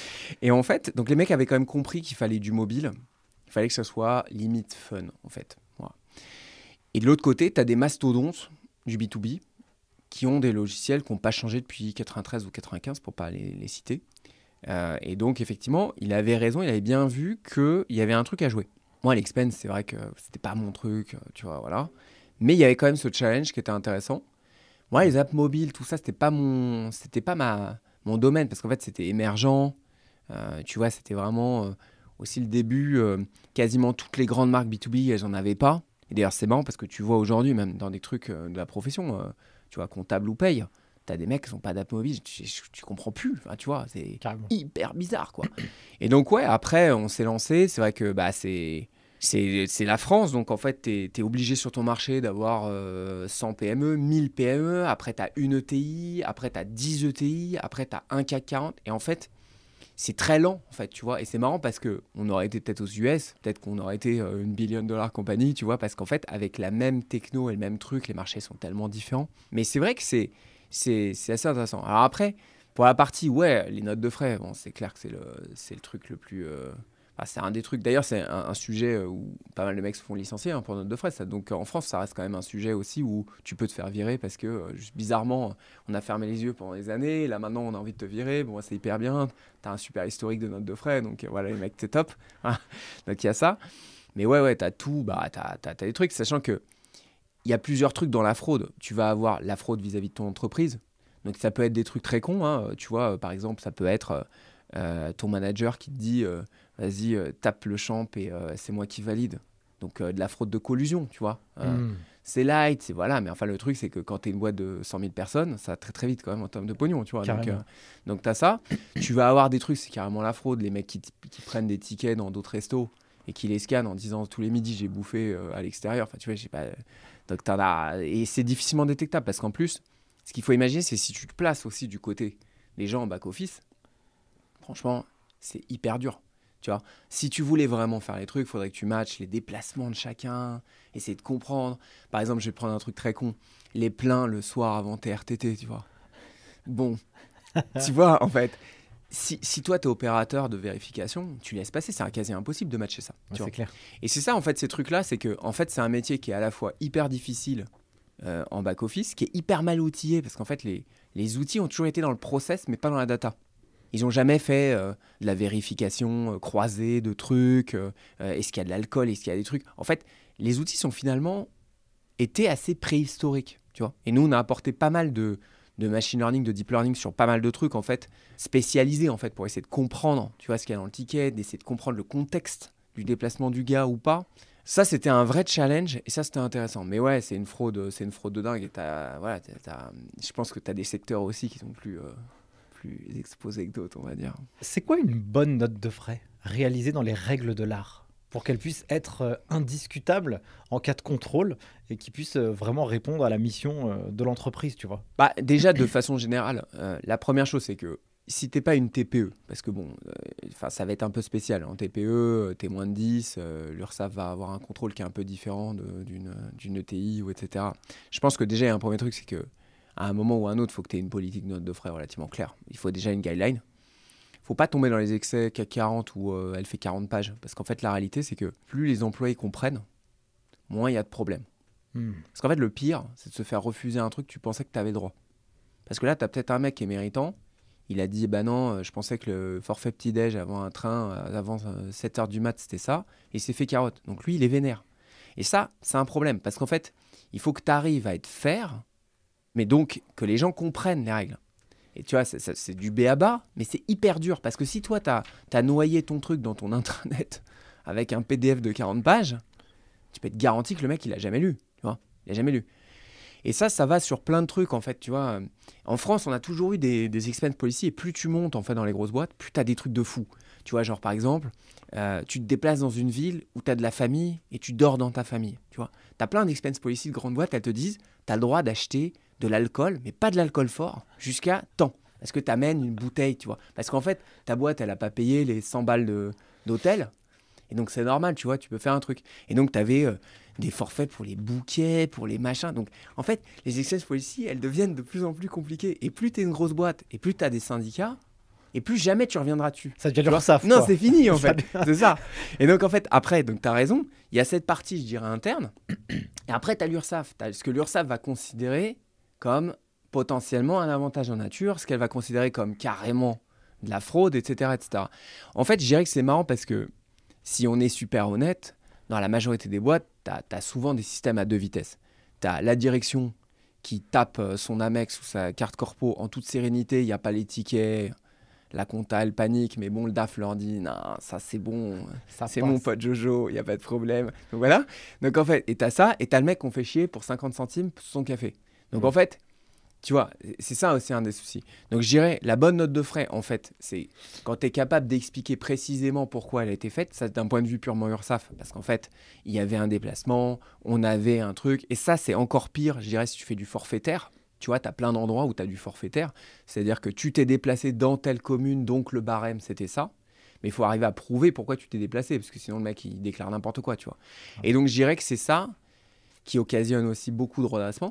Et en fait, donc les mecs avaient quand même compris qu'il fallait du mobile. Il fallait que ça soit limite fun, en fait. Voilà. Et de l'autre côté, tu as des mastodontes du B deux B qui ont des logiciels qui n'ont pas changé depuis quatre-vingt-treize ou quatre-vingt-quinze, pour ne pas les, les citer. Euh, et donc, effectivement, il avait raison, il avait bien vu qu'il y avait un truc à jouer. Moi, l'Expense, c'est vrai que ce n'était pas mon truc, tu vois, voilà. Mais il y avait quand même ce challenge qui était intéressant. Moi, les apps mobiles, tout ça, ce n'était pas, mon, c'était pas ma, mon domaine, parce qu'en fait, c'était émergent. Euh, tu vois, c'était vraiment euh, aussi le début. Euh, quasiment toutes les grandes marques B deux B, elles n'en avaient pas. Et d'ailleurs, c'est marrant, parce que tu vois aujourd'hui, même dans des trucs euh, de la profession... Euh, tu vois, comptable ou paye, t'as des mecs qui sont pas d'app mobile, tu, tu, tu comprends plus, enfin, tu vois, c'est Carrément. Hyper bizarre, quoi. Et donc, ouais, après, on s'est lancé, c'est vrai que bah, c'est, c'est, c'est la France, donc en fait, t'es, t'es obligé sur ton marché d'avoir euh, cent P M E, mille P M E, après t'as une E T I, après t'as dix E T I, après t'as un C A C quarante, et en fait, c'est très lent, en fait, tu vois, et c'est marrant parce qu'on aurait été peut-être aux U S, peut-être qu'on aurait été euh, une billion dollar compagnie, tu vois, parce qu'en fait, avec la même techno et le même truc, les marchés sont tellement différents. Mais c'est vrai que c'est, c'est, c'est assez intéressant. Alors après, pour la partie, ouais, les notes de frais, bon, c'est clair que c'est le, c'est le truc le plus... Euh... Enfin, c'est un des trucs, d'ailleurs, c'est un, un sujet où pas mal de mecs se font licencier hein, pour notes de frais. Ça. Donc en France, ça reste quand même un sujet aussi où tu peux te faire virer parce que, euh, juste bizarrement, on a fermé les yeux pendant des années. Là, maintenant, on a envie de te virer. Bon, c'est hyper bien. Tu as un super historique de notes de frais. Donc euh, voilà, les mecs, c'est top. Donc il y a ça. Mais ouais, ouais, tu as tout. Bah, tu as des trucs, sachant qu'il y a plusieurs trucs dans la fraude. Tu vas avoir la fraude vis-à-vis de ton entreprise. Donc ça peut être des trucs très cons. Hein. Tu vois, euh, par exemple, ça peut être euh, ton manager qui te dit... Euh, vas-y, euh, tape le champ et euh, c'est moi qui valide. Donc, euh, de la fraude de collusion, tu vois. Euh, mmh. C'est light, c'est voilà. Mais enfin, le truc, c'est que quand tu es une boîte de cent mille personnes, ça va très, très vite quand même en termes de pognon, tu vois. Donc, euh, donc tu as ça. Tu vas avoir des trucs, c'est carrément la fraude. Les mecs qui, t- qui prennent des tickets dans d'autres restos et qui les scannent en disant tous les midis, j'ai bouffé euh, à l'extérieur. Enfin, tu vois, j'ai pas... Donc, t'en as... Et c'est difficilement détectable parce qu'en plus, ce qu'il faut imaginer, c'est si tu te places aussi du côté des gens en back-office, franchement, c'est hyper dur. Tu vois, si tu voulais vraiment faire les trucs, il faudrait que tu matches les déplacements de chacun, essayer de comprendre. Par exemple, je vais prendre un truc très con, les pleins le soir avant tes R T T, tu vois. Bon, tu vois, en fait, si, si toi, tu es opérateur de vérification, tu laisses passer, c'est quasi impossible de matcher ça. Ouais, tu c'est vois. Clair. Et c'est ça, en fait, ces trucs-là, c'est que en fait, c'est un métier qui est à la fois hyper difficile euh, en back-office, qui est hyper mal outillé, parce qu'en fait, les, les outils ont toujours été dans le process, mais pas dans la data. Ils n'ont jamais fait euh, de la vérification euh, croisée de trucs. Euh, est-ce qu'il y a de l'alcool? Est-ce qu'il y a des trucs? En fait, les outils sont finalement été assez préhistoriques, tu vois. Et nous, on a apporté pas mal de, de machine learning, de deep learning sur pas mal de trucs, en fait, spécialisés, en fait, pour essayer de comprendre, tu vois, ce qu'il y a dans le ticket, d'essayer de comprendre le contexte du déplacement du gars ou pas. Ça, c'était un vrai challenge et ça, c'était intéressant. Mais ouais, c'est une fraude, c'est une fraude de dingue. Et t'as, voilà, t'as, t'as, je pense que tu as des secteurs aussi qui sont plus, euh, plus exposés que d'autres, on va dire. C'est quoi une bonne note de frais réalisée dans les règles de l'art pour qu'elle puisse être euh, indiscutable en cas de contrôle et qui puisse euh, vraiment répondre à la mission euh, de l'entreprise, tu vois? Bah, déjà, de façon générale, euh, la première chose, c'est que si t'es pas une T P E, parce que bon, euh, ça va être un peu spécial. En T P E, t'es moins de dix, euh, l'URSSAF va avoir un contrôle qui est un peu différent de, d'une, d'une E T I, ou et cetera. Je pense que déjà, il y a un premier truc, c'est que à un moment ou à un autre, il faut que tu aies une politique de note de frais relativement claire. Il faut déjà une guideline. Il ne faut pas tomber dans les excès C A C quarante où euh, elle fait quarante pages. Parce qu'en fait, la réalité, c'est que plus les employés comprennent, moins il y a de problèmes. Hmm. Parce qu'en fait, le pire, c'est de se faire refuser un truc que tu pensais que tu avais droit. Parce que là, tu as peut-être un mec qui est méritant. Il a dit, bah non, je pensais que le forfait petit-déj avant un train, avant sept heures du mat, c'était ça. Et il s'est fait carotte. Donc lui, il est vénère. Et ça, c'est un problème. Parce qu'en fait, il faut que tu arrives à être fair, mais donc que les gens comprennent les règles. Et tu vois, c'est, c'est, c'est du b a ba, mais c'est hyper dur. Parce que si toi, tu as noyé ton truc dans ton intranet avec un P D F de quarante pages, tu peux être garanti que le mec, il n'a jamais lu. Tu vois, il n'a jamais lu. Et ça, ça va sur plein de trucs, en fait, tu vois. En France, on a toujours eu des, des expense policy, et plus tu montes, en fait, dans les grosses boîtes, plus tu as des trucs de fou. Tu vois, genre, par exemple, euh, tu te déplaces dans une ville où tu as de la famille et tu dors dans ta famille, tu vois. Tu as plein d'expense policy de grandes boîtes, elles te disent, tu as le droit d'acheter de l'alcool, mais pas de l'alcool fort, jusqu'à temps. Est-ce que tu amènes une bouteille, tu vois. Parce qu'en fait, ta boîte, elle n'a pas payé les cent balles de, d'hôtel, et donc c'est normal, tu vois, tu peux faire un truc. Et donc, tu avais... Euh, des forfaits pour les bouquets, pour les machins. Donc, en fait, les expense policy, elles deviennent de plus en plus compliquées. Et plus tu es une grosse boîte, et plus tu as des syndicats, et plus jamais tu reviendras dessus. Ça devient l'URSSAF. Non, c'est fini, en fait. C'est ça. Et donc, en fait, après, donc tu as raison, il y a cette partie, je dirais, interne. Et après, tu as l'URSSAF. T'as ce que l'URSSAF va considérer comme potentiellement un avantage en nature, ce qu'elle va considérer comme carrément de la fraude, et cetera, et cetera. En fait, je dirais que c'est marrant parce que si on est super honnête, dans la majorité des boîtes, tu as souvent des systèmes à deux vitesses. Tu as la direction qui tape son Amex ou sa carte corpo en toute sérénité, il n'y a pas les tickets, la compta, elle panique, mais bon, le D A F leur dit, non, ça c'est bon, ça c'est passe. Mon pote Jojo, il n'y a pas de problème. Donc voilà. Donc en fait, et tu as ça, et tu as le mec qu'on fait chier pour cinquante centimes pour son café. Donc mmh. en fait, tu vois, c'est ça aussi un des soucis. Donc je dirais, la bonne note de frais, en fait, c'est quand tu es capable d'expliquer précisément pourquoi elle a été faite, ça d'un point de vue purement URSSAF, parce qu'en fait, il y avait un déplacement, on avait un truc, et ça c'est encore pire, je dirais, si tu fais du forfaitaire. Tu vois, tu as plein d'endroits où tu as du forfaitaire, c'est-à-dire que tu t'es déplacé dans telle commune, donc le barème c'était ça, mais il faut arriver à prouver pourquoi tu t'es déplacé, parce que sinon le mec il déclare n'importe quoi, tu vois. Et donc je dirais que c'est ça qui occasionne aussi beaucoup de redressement.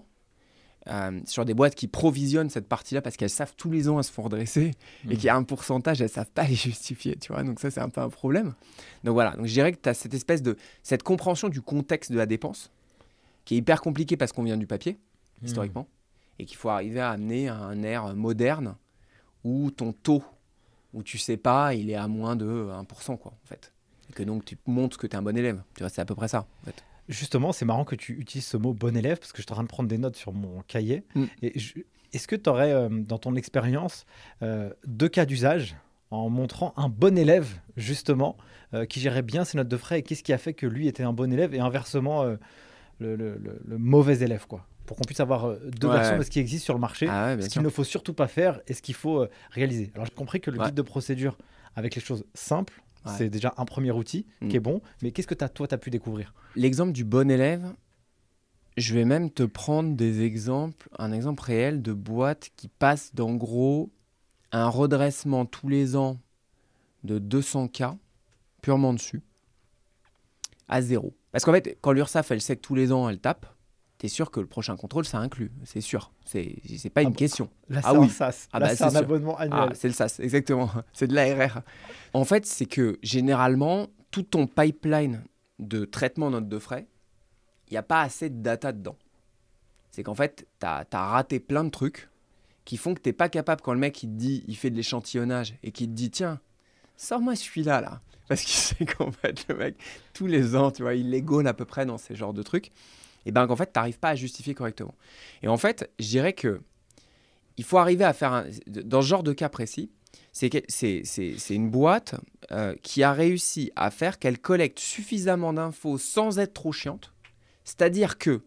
Euh, sur des boîtes qui provisionnent cette partie-là parce qu'elles savent tous les ans elles se font redresser mmh. et qu'il y a un pourcentage, elles ne savent pas les justifier, tu vois, donc ça c'est un peu un problème. Donc voilà, donc je dirais que tu as cette espèce de, cette compréhension du contexte de la dépense qui est hyper compliquée parce qu'on vient du papier, mmh. historiquement, et qu'il faut arriver à amener à un air moderne où ton taux, où tu sais pas, il est à moins de un pour cent, quoi, en fait. Et que donc tu montres que tu es un bon élève, tu vois, c'est à peu près ça, en fait. Justement, c'est marrant que tu utilises ce mot bon élève parce que je suis en train de prendre des notes sur mon cahier. Mm. Et je, est-ce que tu aurais, euh, dans ton expérience, euh, deux cas d'usage en montrant un bon élève, justement, euh, qui gérait bien ses notes de frais et qu'est-ce qui a fait que lui était un bon élève et inversement, euh, le, le, le, le mauvais élève, quoi, pour qu'on puisse avoir deux ouais. versions de ce qui existe sur le marché, ah ouais, ce qu'il ne faut surtout pas faire et ce qu'il faut euh, réaliser. Alors, j'ai compris que le ouais. guide de procédure avec les choses simples, ouais. c'est déjà un premier outil mmh. qui est bon. Mais qu'est-ce que t'as, toi, tu as pu découvrir ? L'exemple du bon élève, je vais même te prendre des exemples, un exemple réel de boîte qui passe d'en gros un redressement tous les ans de deux cents K, purement dessus, à zéro. Parce qu'en fait, quand l'URSSAF, elle sait que tous les ans, elle tape, t'es sûr que le prochain contrôle, ça inclut. C'est sûr. C'est, c'est pas une ah bon, question. Là, c'est ah un oui. S A S. Ah là, bah, c'est, c'est un sûr. abonnement annuel. Ah, c'est le S A S, exactement. C'est de l'A R R. En fait, c'est que généralement, tout ton pipeline de traitement note de frais, il n'y a pas assez de data dedans. C'est qu'en fait, t'as, t'as raté plein de trucs qui font que t'es pas capable, quand le mec il te dit, il fait de l'échantillonnage et qu'il te dit, tiens, sors-moi celui-là, là. Parce qu'il sait qu'en fait, le mec, tous les ans, tu vois, il les gaule à peu près dans ces genres de trucs. Et bien qu'en fait, tu n'arrives pas à justifier correctement. Et en fait, je dirais que il faut arriver à faire, un, dans ce genre de cas précis, c'est, que, c'est, c'est, c'est une boîte euh, qui a réussi à faire qu'elle collecte suffisamment d'infos sans être trop chiante. C'est-à-dire que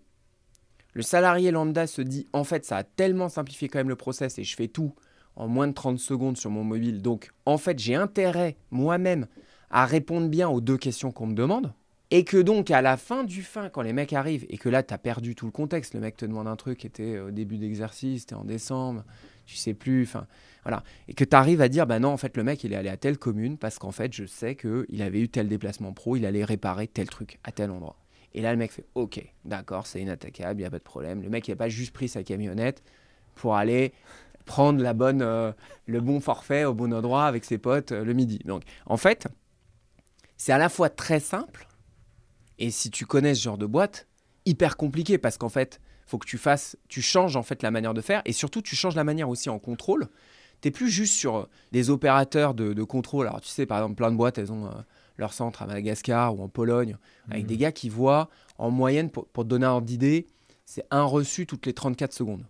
le salarié lambda se dit, en fait, ça a tellement simplifié quand même le process et je fais tout en moins de trente secondes sur mon mobile. Donc, en fait, j'ai intérêt moi-même à répondre bien aux deux questions qu'on me demande. Et que donc, à la fin du fin, quand les mecs arrivent, et que là, tu as perdu tout le contexte, le mec te demande un truc qui était au début d'exercice, c'était en décembre, tu sais plus, enfin, voilà. Et que tu arrives à dire, bah non, en fait, le mec, il est allé à telle commune parce qu'en fait, je sais qu'il avait eu tel déplacement pro, il allait réparer tel truc à tel endroit. Et là, le mec fait, ok, d'accord, c'est inattaquable, il n'y a pas de problème. Le mec, il n'a pas juste pris sa camionnette pour aller prendre la bonne, euh, le bon forfait au bon endroit avec ses potes euh, le midi. Donc, en fait, c'est à la fois très simple, et si tu connais ce genre de boîte, hyper compliqué parce qu'en fait, il faut que tu fasses, tu changes en fait la manière de faire et surtout tu changes la manière aussi en contrôle. Tu n'es plus juste sur des opérateurs de, de contrôle. Alors tu sais, par exemple, plein de boîtes, elles ont euh, leur centre à Madagascar ou en Pologne avec mmh. des gars qui voient en moyenne, pour, pour te donner un ordre d'idée, c'est un reçu toutes les trente-quatre secondes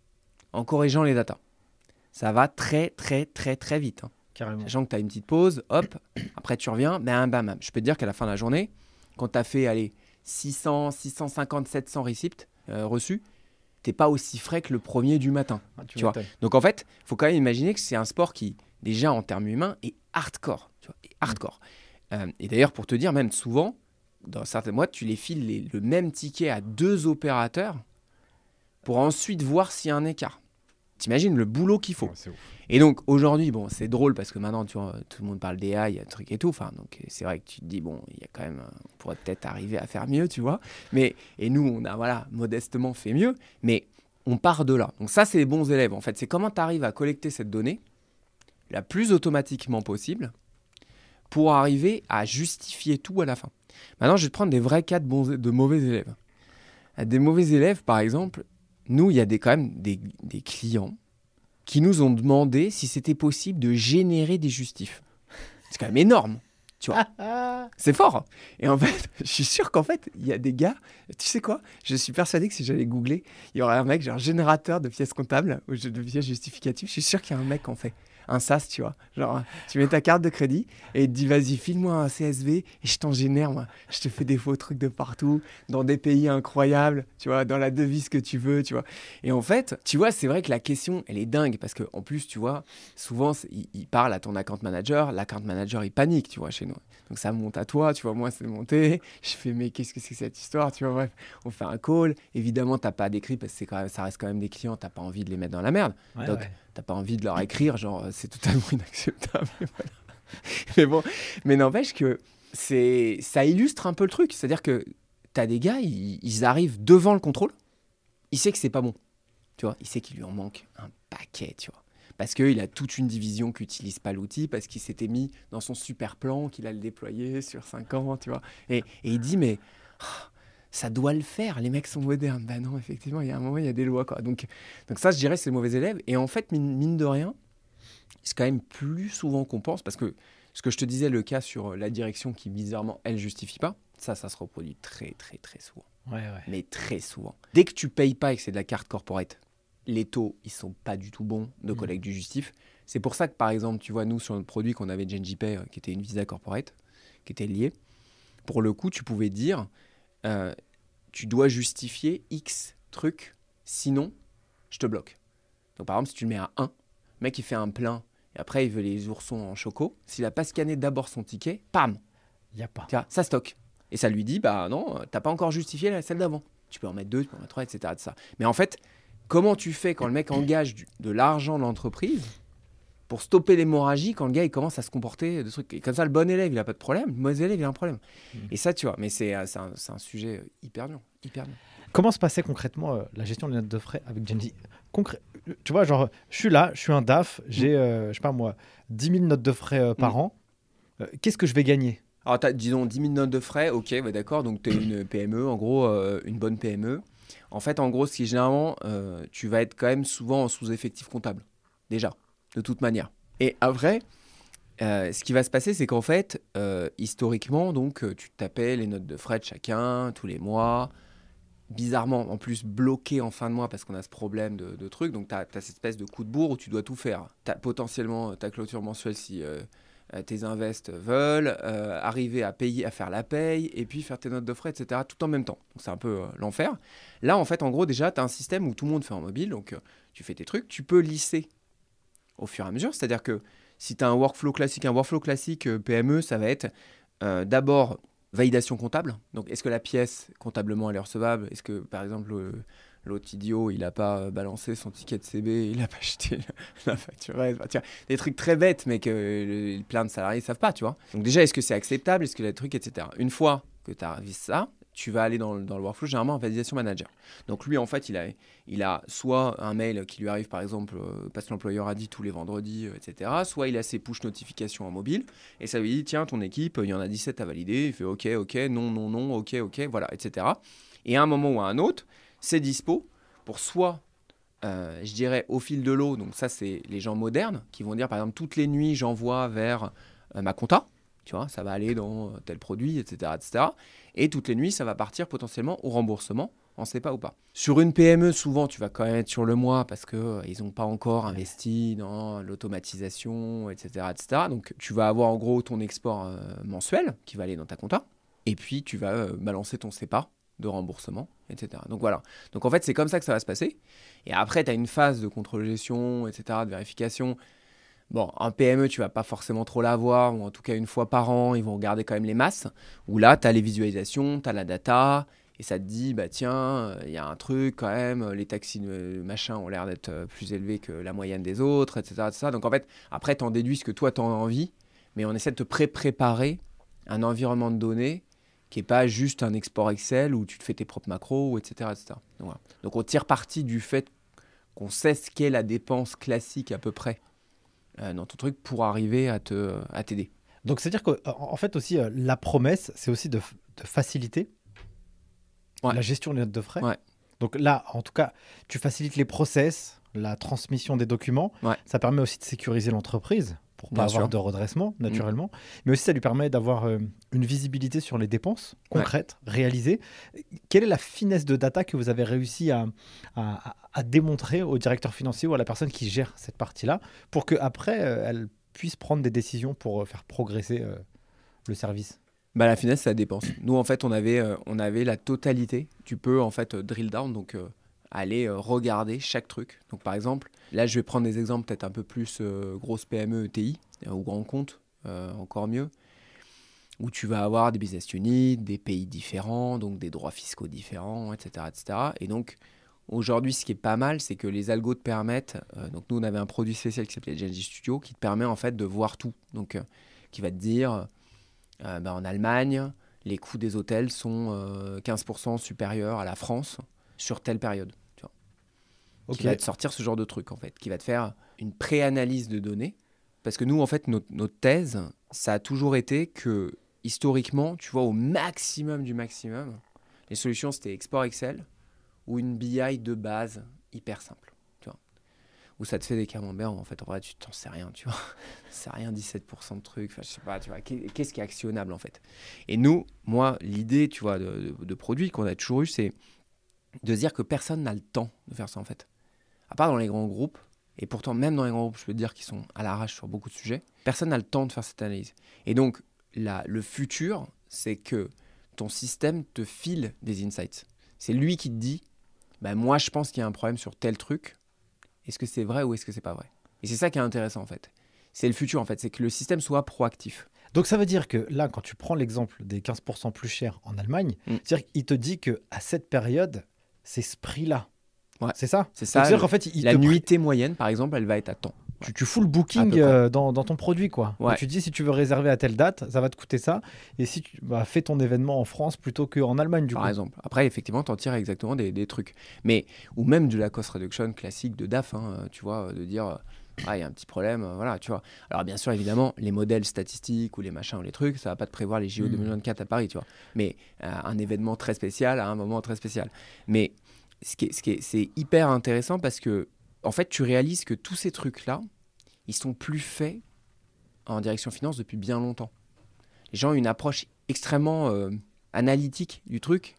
en corrigeant les datas. Ça va très, très, très, très vite. Hein. Carrément. Sachant que tu as une petite pause, hop, après tu reviens, bam, bam, bam. Je peux te dire qu'à la fin de la journée, quand tu as fait allez, six cents, six cent cinquante, sept cents receipts euh, reçus, tu n'es pas aussi frais que le premier du matin. Ah, tu tu vois. Donc en fait, il faut quand même imaginer que c'est un sport qui, déjà en termes humains, est hardcore. Tu vois, est hardcore. Mmh. Euh, et d'ailleurs, pour te dire, même souvent, dans certaines boîtes, tu les files les, le même ticket à deux opérateurs pour ensuite voir s'il y a un écart. T'imagines le boulot qu'il faut. Ouais, c'est ouf. Et donc aujourd'hui, bon, c'est drôle parce que maintenant, tu vois, tout le monde parle d'A I, il y a un truc et tout. Enfin, donc c'est vrai que tu te dis, bon, il y a quand même, on pourrait peut-être arriver à faire mieux, tu vois. Mais, et nous, on a, voilà, modestement fait mieux. Mais on part de là. Donc ça, c'est les bons élèves. En fait, c'est comment tu arrives à collecter cette donnée la plus automatiquement possible pour arriver à justifier tout à la fin. Maintenant, je vais te prendre des vrais cas de, bons, de mauvais élèves. Des mauvais élèves, par exemple, nous, il y a des, quand même des, des clients qui nous ont demandé si c'était possible de générer des justifs. C'est quand même énorme, tu vois. C'est fort. Et en fait, je suis sûr qu'en fait, il y a des gars, tu sais quoi, je suis persuadé que si j'allais googler, il y aurait un mec, genre générateur de pièces comptables ou de pièces justificatives. Je suis sûr qu'il y a un mec qui en fait. Un SaaS, tu vois. Genre, tu mets ta carte de crédit et il te dit, vas-y, file-moi un C S V et je t'en génère, moi. Je te fais des faux trucs de partout, dans des pays incroyables, tu vois, dans la devise que tu veux, tu vois. Et en fait, tu vois, c'est vrai que la question, elle est dingue parce qu'en plus, tu vois, souvent, il, il parle à ton account manager. L'account manager, il panique, tu vois, chez nous. Donc, ça monte à toi, tu vois, moi, c'est monté. Je fais, mais qu'est-ce que c'est que cette histoire, tu vois, bref. On fait un call. Évidemment, t'as pas d'écrit parce que c'est quand même, ça reste quand même des clients, t'as pas envie de les mettre dans la merde. Ouais, Donc, ouais. t'as pas envie de leur écrire, genre, c'est totalement inacceptable. Voilà. Mais bon, mais n'empêche que c'est, ça illustre un peu le truc. C'est-à-dire que t'as des gars, ils, ils arrivent devant le contrôle, il sait que c'est pas bon. Tu vois, il sait qu'il lui en manque un paquet, tu vois. Parce qu'il a toute une division qui n'utilise pas l'outil, parce qu'il s'était mis dans son super plan, qu'il a le déployé sur cinq ans, tu vois. Et, et il dit, mais oh, ça doit le faire, les mecs sont modernes. Ben non, effectivement, il y a un moment, il y a des lois, quoi. Donc, donc ça, je dirais, c'est le mauvais élève. Et en fait, mine, mine de rien, c'est quand même plus souvent qu'on pense, parce que ce que je te disais, le cas sur la direction qui, bizarrement, elle ne justifie pas, ça, ça se reproduit très, très, très souvent. Ouais, ouais. Mais très souvent. Dès que tu payes pas et que c'est de la carte corporate, les taux, ils sont pas du tout bons de collecte mmh. du justif. C'est pour ça que, par exemple, tu vois, nous, sur notre produit qu'on avait GenJPay, euh, qui était une Visa corporate, qui était liée, pour le coup, tu pouvais dire, euh, tu dois justifier X trucs, sinon, je te bloque. Donc, par exemple, si tu le mets à un, le mec, il fait un plein, et après, il veut les oursons en choco. S'il n'a pas scanné d'abord son ticket, pam, il y a pas. Tu vois, ça stocke. Et ça lui dit, bah non, t'as pas encore justifié la celle d'avant. Tu peux en mettre deux, tu peux en mettre trois, et cetera de ça. Mais en fait, comment tu fais quand le mec engage du, de l'argent de l'entreprise pour stopper l'hémorragie quand le gars il commence à se comporter de trucs. Et comme ça, le bon élève, il n'a pas de problème. Le mauvais élève, il a un problème. Mmh. Et ça, tu vois, mais c'est, c'est, un, c'est un sujet hyper dur. Hyper dur. Comment se passait concrètement euh, la gestion des notes de frais avec Genji ? Concré- Tu vois, genre, je suis là, je suis un D A F, j'ai, euh, je sais pas moi, dix mille notes de frais euh, par mmh. an. Euh, qu'est-ce que je vais gagner ? Alors, t'as, disons, dix mille notes de frais, ok, bah d'accord, donc tu es une P M E, en gros, euh, une bonne P M E. En fait, en gros, ce qui est généralement, euh, tu vas être quand même souvent en sous-effectif comptable, déjà, de toute manière. Et après, euh, ce qui va se passer, c'est qu'en fait, euh, historiquement, donc, tu tapais les notes de frais de chacun, tous les mois. bizarrement, en plus, bloqué en fin de mois parce qu'on a ce problème de, de truc. Donc, tu as cette espèce de coup de bourre où tu dois tout faire. Tu as potentiellement ta clôture mensuelle si euh, tes invests veulent, euh, arriver à payer, à faire la paye, et puis faire tes notes de frais, et cetera, tout en même temps. Donc, c'est un peu euh, l'enfer. Là, en fait, en gros, déjà, tu as un système où tout le monde fait en mobile. Donc, euh, tu fais tes trucs. Tu peux lisser au fur et à mesure. C'est-à-dire que si tu as un workflow classique, un workflow classique euh, P M E, ça va être euh, d'abord validation comptable. Donc, est-ce que la pièce, comptablement, elle est recevable? Est-ce que, par exemple, le, l'autre idiot, il n'a pas balancé son ticket de C B, il n'a pas acheté la facture? Des trucs très bêtes, mais que le, plein de salariés ne savent pas, tu vois. Donc, déjà, est-ce que c'est acceptable? Est-ce que le truc, et cetera. Une fois que tu as vu ça, tu vas aller dans le, dans le workflow, généralement, en validation manager. Donc, lui, en fait, il a, il a soit un mail qui lui arrive, par exemple, euh, parce que l'employeur a dit tous les vendredis, euh, et cetera. Soit il a ses push notifications en mobile, et ça lui dit, tiens, ton équipe, il y en a dix-sept à valider. Il fait, OK, OK, non, non, non, OK, OK, voilà, et cetera. Et à un moment ou à un autre, c'est dispo pour soit, euh, je dirais, au fil de l'eau. Donc, ça, c'est les gens modernes qui vont dire, par exemple, toutes les nuits, j'envoie vers euh, ma compta. Tu vois, ça va aller dans tel produit, et cetera, et cetera. Et toutes les nuits, ça va partir potentiellement au remboursement, on ne sait pas ou pas. Sur une P M E, souvent, tu vas quand même être sur le mois parce qu'ils euh, n'ont pas encore investi dans l'automatisation, et cetera, et cetera. Donc, tu vas avoir en gros ton export euh, mensuel qui va aller dans ta compta. Et puis, tu vas euh, balancer ton C E P A de remboursement, et cetera. Donc, voilà. Donc, en fait, c'est comme ça que ça va se passer. Et après, tu as une phase de contrôle-gestion, et cetera, de vérification. Bon, en P M E, tu ne vas pas forcément trop l'avoir, ou en tout cas une fois par an, ils vont regarder quand même les masses, où là, tu as les visualisations, tu as la data, et ça te dit, bah tiens, il euh, y a un truc quand même, les taxis euh, machin ont l'air d'être euh, plus élevés que la moyenne des autres, et cetera et cetera. Donc en fait, après, tu en déduis ce que toi, tu en as envie, mais on essaie de te pré-préparer un environnement de données qui n'est pas juste un export Excel où tu te fais tes propres macros, et cetera et cetera. Donc, voilà. Donc on tire parti du fait qu'on sait ce qu'est la dépense classique à peu près dans ton truc pour arriver à, te, à t'aider. Donc, c'est-à-dire qu'en fait aussi, euh, la promesse, c'est aussi de, de faciliter ouais. la gestion des notes de frais. Ouais. Donc là, en tout cas, tu facilites les process, la transmission des documents. Ouais. Ça permet aussi de sécuriser l'entreprise pour ne pas Bien avoir sûr. de redressement, naturellement. Mmh. Mais aussi, ça lui permet d'avoir euh, une visibilité sur les dépenses concrètes, ouais. réalisées. Quelle est la finesse de data que vous avez réussi à, à, à démontrer au directeur financier ou à la personne qui gère cette partie-là pour qu'après, euh, elle puisse prendre des décisions pour euh, faire progresser euh, le service? Bah, la finesse, c'est la dépense. Nous, en fait, on avait, euh, on avait la totalité. Tu peux, en fait, euh, drill down, donc euh, aller euh, regarder chaque truc. Donc, par exemple, là, je vais prendre des exemples peut-être un peu plus euh, grosses P M E, E T I, euh, ou grands comptes, euh, encore mieux, où tu vas avoir des business units, des pays différents, donc des droits fiscaux différents, et cetera, et cetera. Et donc, aujourd'hui, ce qui est pas mal, c'est que les algos te permettent... Euh, donc, nous, on avait un produit spécial qui s'appelait Genji Studio, qui te permet, en fait, de voir tout. Donc, euh, qui va te dire... Euh, bah, en Allemagne, les coûts des hôtels sont euh, quinze pour cent supérieurs à la France sur telle période. Tu vois. Okay. Qui va te sortir ce genre de truc, en fait, qui va te faire une pré-analyse de données. Parce que nous, en fait, notre, notre thèse, ça a toujours été que, historiquement, tu vois, au maximum du maximum, les solutions, c'était export Excel ou une B I de base hyper simple. Où ça te fait des camemberts, en fait, en vrai, tu t'en sais rien, tu vois. C'est rien, dix-sept pour cent de trucs, enfin, je sais pas, tu vois, qu'est-ce qui est actionnable, en fait. Et nous, moi, l'idée, tu vois, de, de, de produit qu'on a toujours eu, c'est de se dire que personne n'a le temps de faire ça, en fait. À part dans les grands groupes, et pourtant, même dans les grands groupes, je peux te dire qu'ils sont à l'arrache sur beaucoup de sujets, personne n'a le temps de faire cette analyse. Et donc, la, le futur, c'est que ton système te file des insights. C'est lui qui te dit, bah, moi, je pense qu'il y a un problème sur tel truc. Est-ce que c'est vrai ou est-ce que c'est pas vrai? Et c'est ça qui est intéressant en fait. C'est le futur en fait, c'est que le système soit proactif. Donc ça veut dire que là, quand tu prends l'exemple des quinze pour cent plus chers en Allemagne, mm. c'est-à-dire qu'il te dit qu'à cette période, c'est ce prix-là. Ouais. C'est ça? C'est ça. Donc, c'est-à-dire qu'en fait, il la te nuitée pr... moyenne, par exemple, elle va être à temps. Tu, tu fous le booking euh, dans, dans ton produit, quoi. Ouais. Tu dis, si tu veux réserver à telle date, ça va te coûter ça. Et si tu bah, fais ton événement en France plutôt qu'en Allemagne, du Par coup. Par exemple. Après, effectivement, tu en tires exactement des, des trucs. Mais, ou même de la cost reduction classique de D A F, hein, tu vois, de dire, ah, il y a un petit problème, voilà, tu vois. Alors, bien sûr, évidemment, les modèles statistiques ou les machins ou les trucs, ça va pas te prévoir les J O mmh. deux mille vingt-quatre à Paris, tu vois. Mais euh, un événement très spécial à un moment très spécial. Mais ce qui est, ce qui est, c'est hyper intéressant parce que, en fait, tu réalises que tous ces trucs-là, ils sont plus faits en direction finance depuis bien longtemps. Les gens ont une approche extrêmement euh, analytique du truc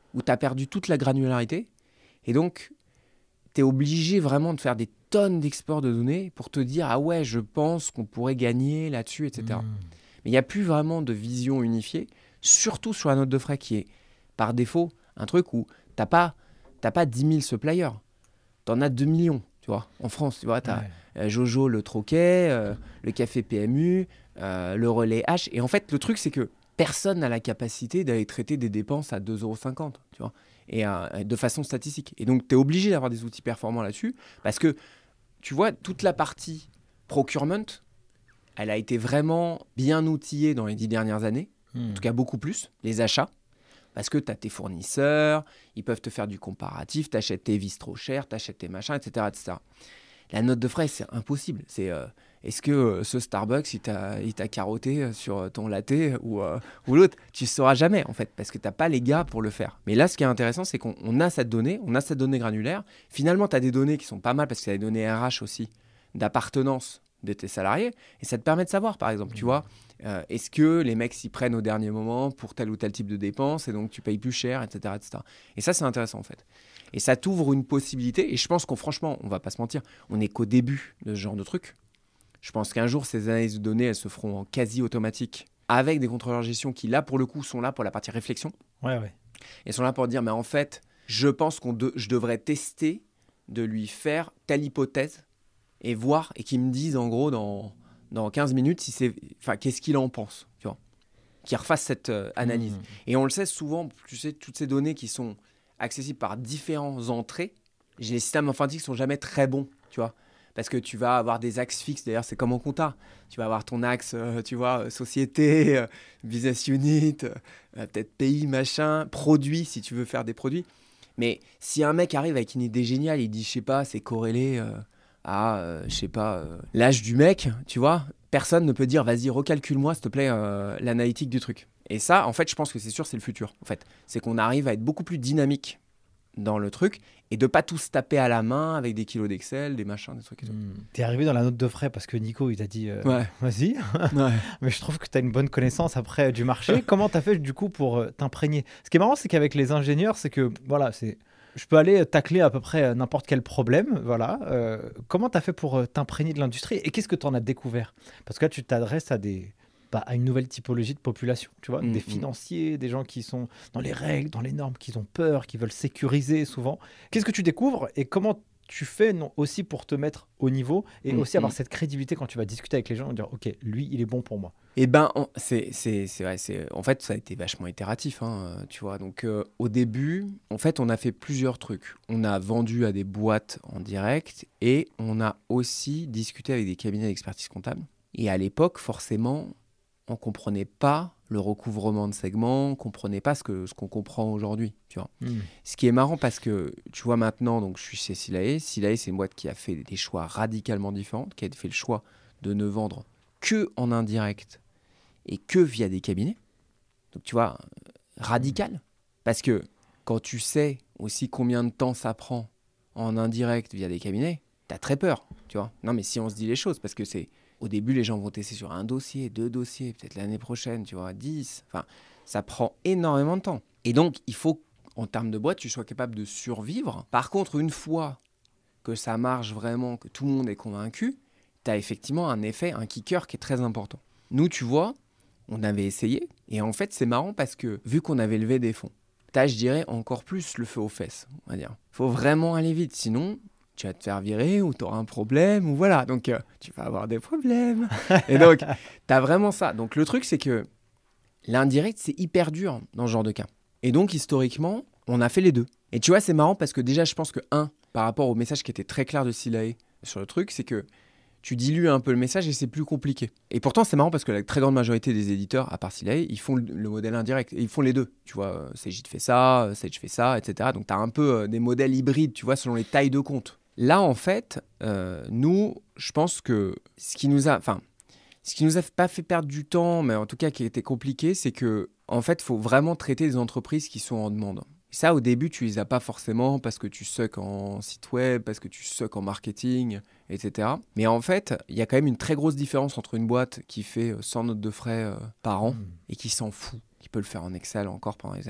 où tu as perdu toute la granularité. Et donc, tu es obligé vraiment de faire des tonnes d'exports de données pour te dire « Ah ouais, je pense qu'on pourrait gagner là-dessus, et cetera » Mmh. Mais il n'y a plus vraiment de vision unifiée, surtout sur la note de frais qui est, par défaut, un truc où tu n'as pas, t'as pas dix mille suppliers. Tu en as deux millions, tu vois. En France, tu vois, tu as Ouais. Jojo, le Troquet, euh, le Café P M U, euh, le Relais H. Et en fait, le truc, c'est que personne n'a la capacité d'aller traiter des dépenses à deux euros cinquante, tu vois, et euh, de façon statistique. Et donc, tu es obligé d'avoir des outils performants là-dessus parce que, tu vois, toute la partie procurement, elle a été vraiment bien outillée dans les dix dernières années, Mmh. en tout cas beaucoup plus, les achats, parce que tu as tes fournisseurs, ils peuvent te faire du comparatif, tu achètes tes vis trop chères, tu achètes tes machins, et cetera, et cetera. La note de frais, c'est impossible. C'est, euh, est-ce que euh, ce Starbucks, il t'a, il t'a carotté sur ton latte ou, euh, ou l'autre? Tu ne sauras jamais, en fait, parce que tu n'as pas les gars pour le faire. Mais là, ce qui est intéressant, c'est qu'on on a cette donnée, on a cette donnée granulaire. Finalement, tu as des données qui sont pas mal, parce que tu as des données R H aussi, d'appartenance de tes salariés. Et ça te permet de savoir, par exemple, tu vois, euh, est-ce que les mecs s'y prennent au dernier moment pour tel ou tel type de dépense, et donc tu payes plus cher, et cetera, et cetera. Et ça, c'est intéressant, en fait. Et ça t'ouvre une possibilité. Et je pense qu'on, franchement, on va pas se mentir, on n'est qu'au début de ce genre de truc. Je pense qu'un jour, ces analyses de données, elles se feront en quasi automatique avec des contrôleurs de gestion qui, là, pour le coup, sont là pour la partie réflexion. Ouais, ouais. Et sont là pour dire, mais en fait, je pense qu'on de, je devrais tester de lui faire telle hypothèse et voir, et qu'ils me disent, en gros, dans, dans quinze minutes, si c'est, enfin, qu'est-ce qu'il en pense, tu vois, qu'il refasse cette euh, analyse. Mmh. Et on le sait souvent, tu sais, toutes ces données qui sont accessibles par différentes entrées, les systèmes informatiques sont jamais très bons, tu vois, parce que tu vas avoir des axes fixes. D'ailleurs, c'est comme en compta. Tu vas avoir ton axe, euh, tu vois, euh, société, euh, business unit, euh, peut-être pays, machin, produit, si tu veux faire des produits. Mais si un mec arrive avec une idée géniale, il dit, je sais pas, c'est corrélé euh, à, euh, je sais pas, euh, l'âge du mec, tu vois, personne ne peut dire, vas-y, recalcule-moi, s'il te plaît, euh, l'analytique du truc. Et ça, en fait, je pense que c'est sûr, c'est le futur. En fait, c'est qu'on arrive à être beaucoup plus dynamique dans le truc et de pas tout se taper à la main avec des kilos d'Excel, des machins, des trucs et tout. Mmh. T'es arrivé dans la note de frais parce que Nico, il t'a dit euh, Ouais. vas-y. Ouais. Mais je trouve que tu as une bonne connaissance après euh, du marché. Comment tu as fait du coup pour euh, t'imprégner? Ce qui est marrant, c'est qu'avec les ingénieurs, c'est que voilà, c'est je peux aller tacler à peu près euh, n'importe quel problème. Voilà. Euh, comment tu as fait pour euh, t'imprégner de l'industrie et qu'est-ce que tu en as découvert? Parce que là, tu t'adresses à des bah, à une nouvelle typologie de population, tu vois, Mmh, des mmh. financiers, des gens qui sont dans les règles, dans les normes, qui ont peur, qui veulent sécuriser souvent. Qu'est-ce que tu découvres et comment tu fais non, aussi pour te mettre au niveau et Mmh, aussi avoir mmh. cette crédibilité quand tu vas discuter avec les gens et dire ok, lui, il est bon pour moi. Eh ben, en- c'est, c'est, c'est vrai. C'est, en fait, ça a été vachement itératif, hein, euh, tu vois. Donc, euh, au début, en fait, on a fait plusieurs trucs. On a vendu à des boîtes en direct et on a aussi discuté avec des cabinets d'expertise comptable. Et à l'époque, forcément, on comprenait pas le recouvrement de segments, on comprenait pas ce, que, ce qu'on comprend aujourd'hui, tu vois. Mmh. Ce qui est marrant parce que, tu vois, maintenant, donc, je suis chez Silae. Silae, c'est une boîte qui a fait des choix radicalement différents, qui a fait le choix de ne vendre que en indirect et que via des cabinets. Donc, tu vois, euh, radical. Parce que quand tu sais aussi combien de temps ça prend en indirect via des cabinets, tu as très peur, tu vois. Non, mais si on se dit les choses, parce que c'est... Au début, les gens vont tester sur un dossier, deux dossiers, peut-être l'année prochaine, tu vois, dix. Enfin, ça prend énormément de temps. Et donc, il faut, en termes de boîte, tu sois capable de survivre. Par contre, une fois que ça marche vraiment, que tout le monde est convaincu, tu as effectivement un effet, un kicker qui est très important. Nous, tu vois, on avait essayé. Et en fait, c'est marrant parce que, vu qu'on avait levé des fonds, tu as, je dirais, encore plus le feu aux fesses, on va dire. Il faut vraiment aller vite, sinon... tu vas te faire virer ou tu auras un problème ou voilà. Donc, euh, tu vas avoir des problèmes. Et donc, tu as vraiment ça. Donc, le truc, c'est que l'indirect, c'est hyper dur dans ce genre de cas. Et donc, historiquement, on a fait les deux. Et tu vois, c'est marrant parce que déjà, je pense que, un, par rapport au message qui était très clair de Silae sur le truc, c'est que tu dilues un peu le message et c'est plus compliqué. Et pourtant, c'est marrant parce que la très grande majorité des éditeurs, à part Silae, ils font le, le modèle indirect. Et ils font les deux. Tu vois, Cegid fait ça, Sage fait ça, et cetera. Donc, tu as un peu euh, des modèles hybrides, tu vois, selon les tailles de compte. Là, en fait, euh, nous, je pense que ce qui nous a, enfin, ce qui nous a pas fait perdre du temps, mais en tout cas qui était compliqué, c'est que, en fait, il faut vraiment traiter des entreprises qui sont en demande. Et ça, au début, tu les as pas forcément parce que tu sucks en site web, parce que tu sucks en marketing, et cetera. Mais en fait, il y a quand même une très grosse différence entre une boîte qui fait cent notes de frais euh, par an Mmh. et qui s'en fout, qui peut le faire en Excel encore pendant des années,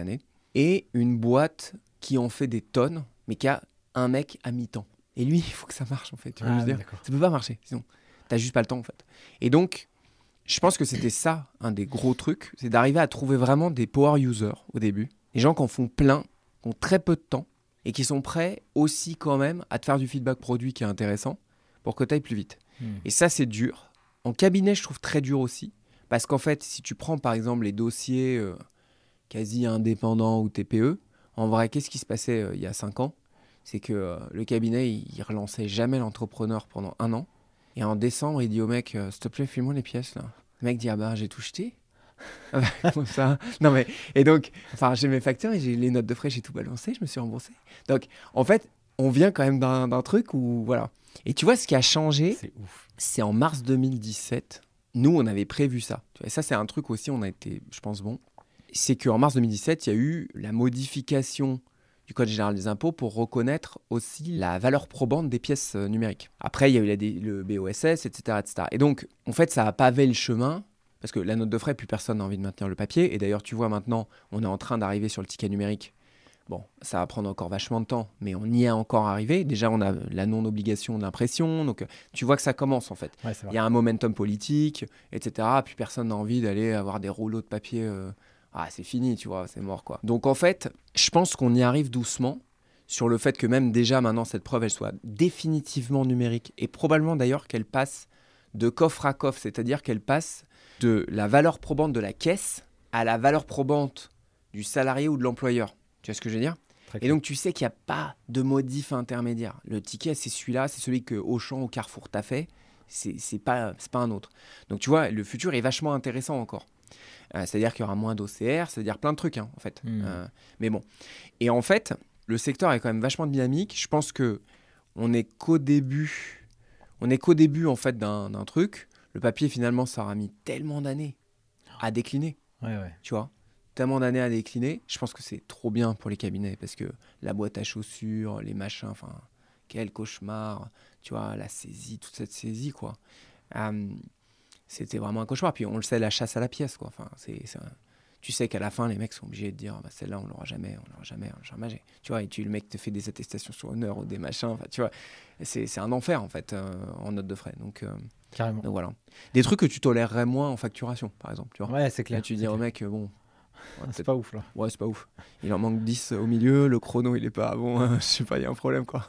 et une boîte qui en fait des tonnes, mais qui a un mec à mi-temps. Et lui, il faut que ça marche en fait. Tu vois Ah, ce que je veux dire d'accord. ça peut pas marcher, sinon t'as juste pas le temps en fait. Et donc, je pense que c'était ça un des gros trucs, c'est d'arriver à trouver vraiment des power users au début, des gens qui en font plein, qui ont très peu de temps et qui sont prêts aussi quand même à te faire du feedback produit qui est intéressant pour que tu ailles plus vite. Hmm. Et ça, c'est dur. En cabinet, je trouve très dur aussi, parce qu'en fait, si tu prends par exemple les dossiers euh, quasi indépendants ou T P E, en vrai, qu'est-ce qui se passait euh, il y a cinq ans? C'est que euh, le cabinet, il, il relançait jamais l'entrepreneur pendant un an. Et en décembre, il dit au mec, euh, s'il te plaît, file-moi les pièces là. Le mec dit, ah bah j'ai tout jeté. Ah bah, comme ça. Non mais, et donc, enfin, j'ai mes factures et j'ai les notes de frais, j'ai tout balancé, je me suis remboursé. Donc, en fait, on vient quand même d'un, d'un truc où, voilà. Et tu vois, ce qui a changé, C'est ouf. c'est en mars deux mille dix-sept. Nous, on avait prévu ça. Tu vois, et ça, c'est un truc aussi, on a été, je pense, bon. C'est qu'en mars deux mille dix-sept, il y a eu la modification du Code général des impôts pour reconnaître aussi la valeur probante des pièces euh, numériques. Après, il y a eu la D- le B O S S, et cetera, et cetera. Et donc, en fait, ça a pavé le chemin, parce que la note de frais, plus personne n'a envie de maintenir le papier. Et d'ailleurs, tu vois, maintenant, on est en train d'arriver sur le ticket numérique. Bon, ça va prendre encore vachement de temps, mais on y est encore arrivé. Déjà, on a la non-obligation de l'impression, donc euh, tu vois que ça commence, en fait. Ouais, c'est Il vrai. y a un momentum politique, et cetera. Puis personne n'a envie d'aller avoir des rouleaux de papier... euh, Ah, c'est fini, tu vois, c'est mort, quoi. Donc, en fait, je pense qu'on y arrive doucement sur le fait que même déjà, maintenant, cette preuve, elle soit définitivement numérique et probablement, d'ailleurs, qu'elle passe de coffre à coffre, c'est-à-dire qu'elle passe de la valeur probante de la caisse à la valeur probante du salarié ou de l'employeur. Tu vois ce que je veux dire ? Très Et clair. donc, tu sais qu'il n'y a pas de modif intermédiaire. Le ticket, c'est celui-là, c'est celui que Auchan ou Carrefour t'a fait. C'est, c'est pas, c'est pas un autre. Donc, tu vois, le futur est vachement intéressant encore. Euh, c'est-à-dire qu'il y aura moins d'O C R, c'est-à-dire plein de trucs, hein, en fait. Mm. Euh, mais bon. Et en fait, le secteur est quand même vachement dynamique. Je pense que on est qu'au début, on est qu'au début, en fait, d'un, d'un truc. Le papier, finalement, ça aura mis tellement d'années à décliner, Ouais, ouais. tu vois. Tellement d'années à décliner. Je pense que c'est trop bien pour les cabinets parce que la boîte à chaussures, les machins, enfin, quel cauchemar, tu vois, la saisie, toute cette saisie, quoi. Euh, c'était vraiment un cauchemar. Puis on le sait, la chasse à la pièce, quoi. Enfin, c'est, c'est un- Tu sais qu'à la fin, les mecs sont obligés de dire, bah, celle-là, on l'aura jamais, on l'aura jamais, on l'aura jamais. Tu vois, et tu, le mec te fait des attestations sur honneur ou des machins. Enfin, tu vois, c'est, c'est un enfer, en fait, euh, en note de frais. Donc, euh, Carrément. donc voilà. Des trucs que tu tolérerais moins en facturation, par exemple, tu vois. Ouais, c'est Là, clair. tu c'est dis au clair. mec, euh, bon, ouais, C'est peut-être- pas ouf là. ouais, c'est pas ouf. Il en manque dix au milieu, le chrono, il est pas bon, euh, je sais pas, il y a un problème, quoi.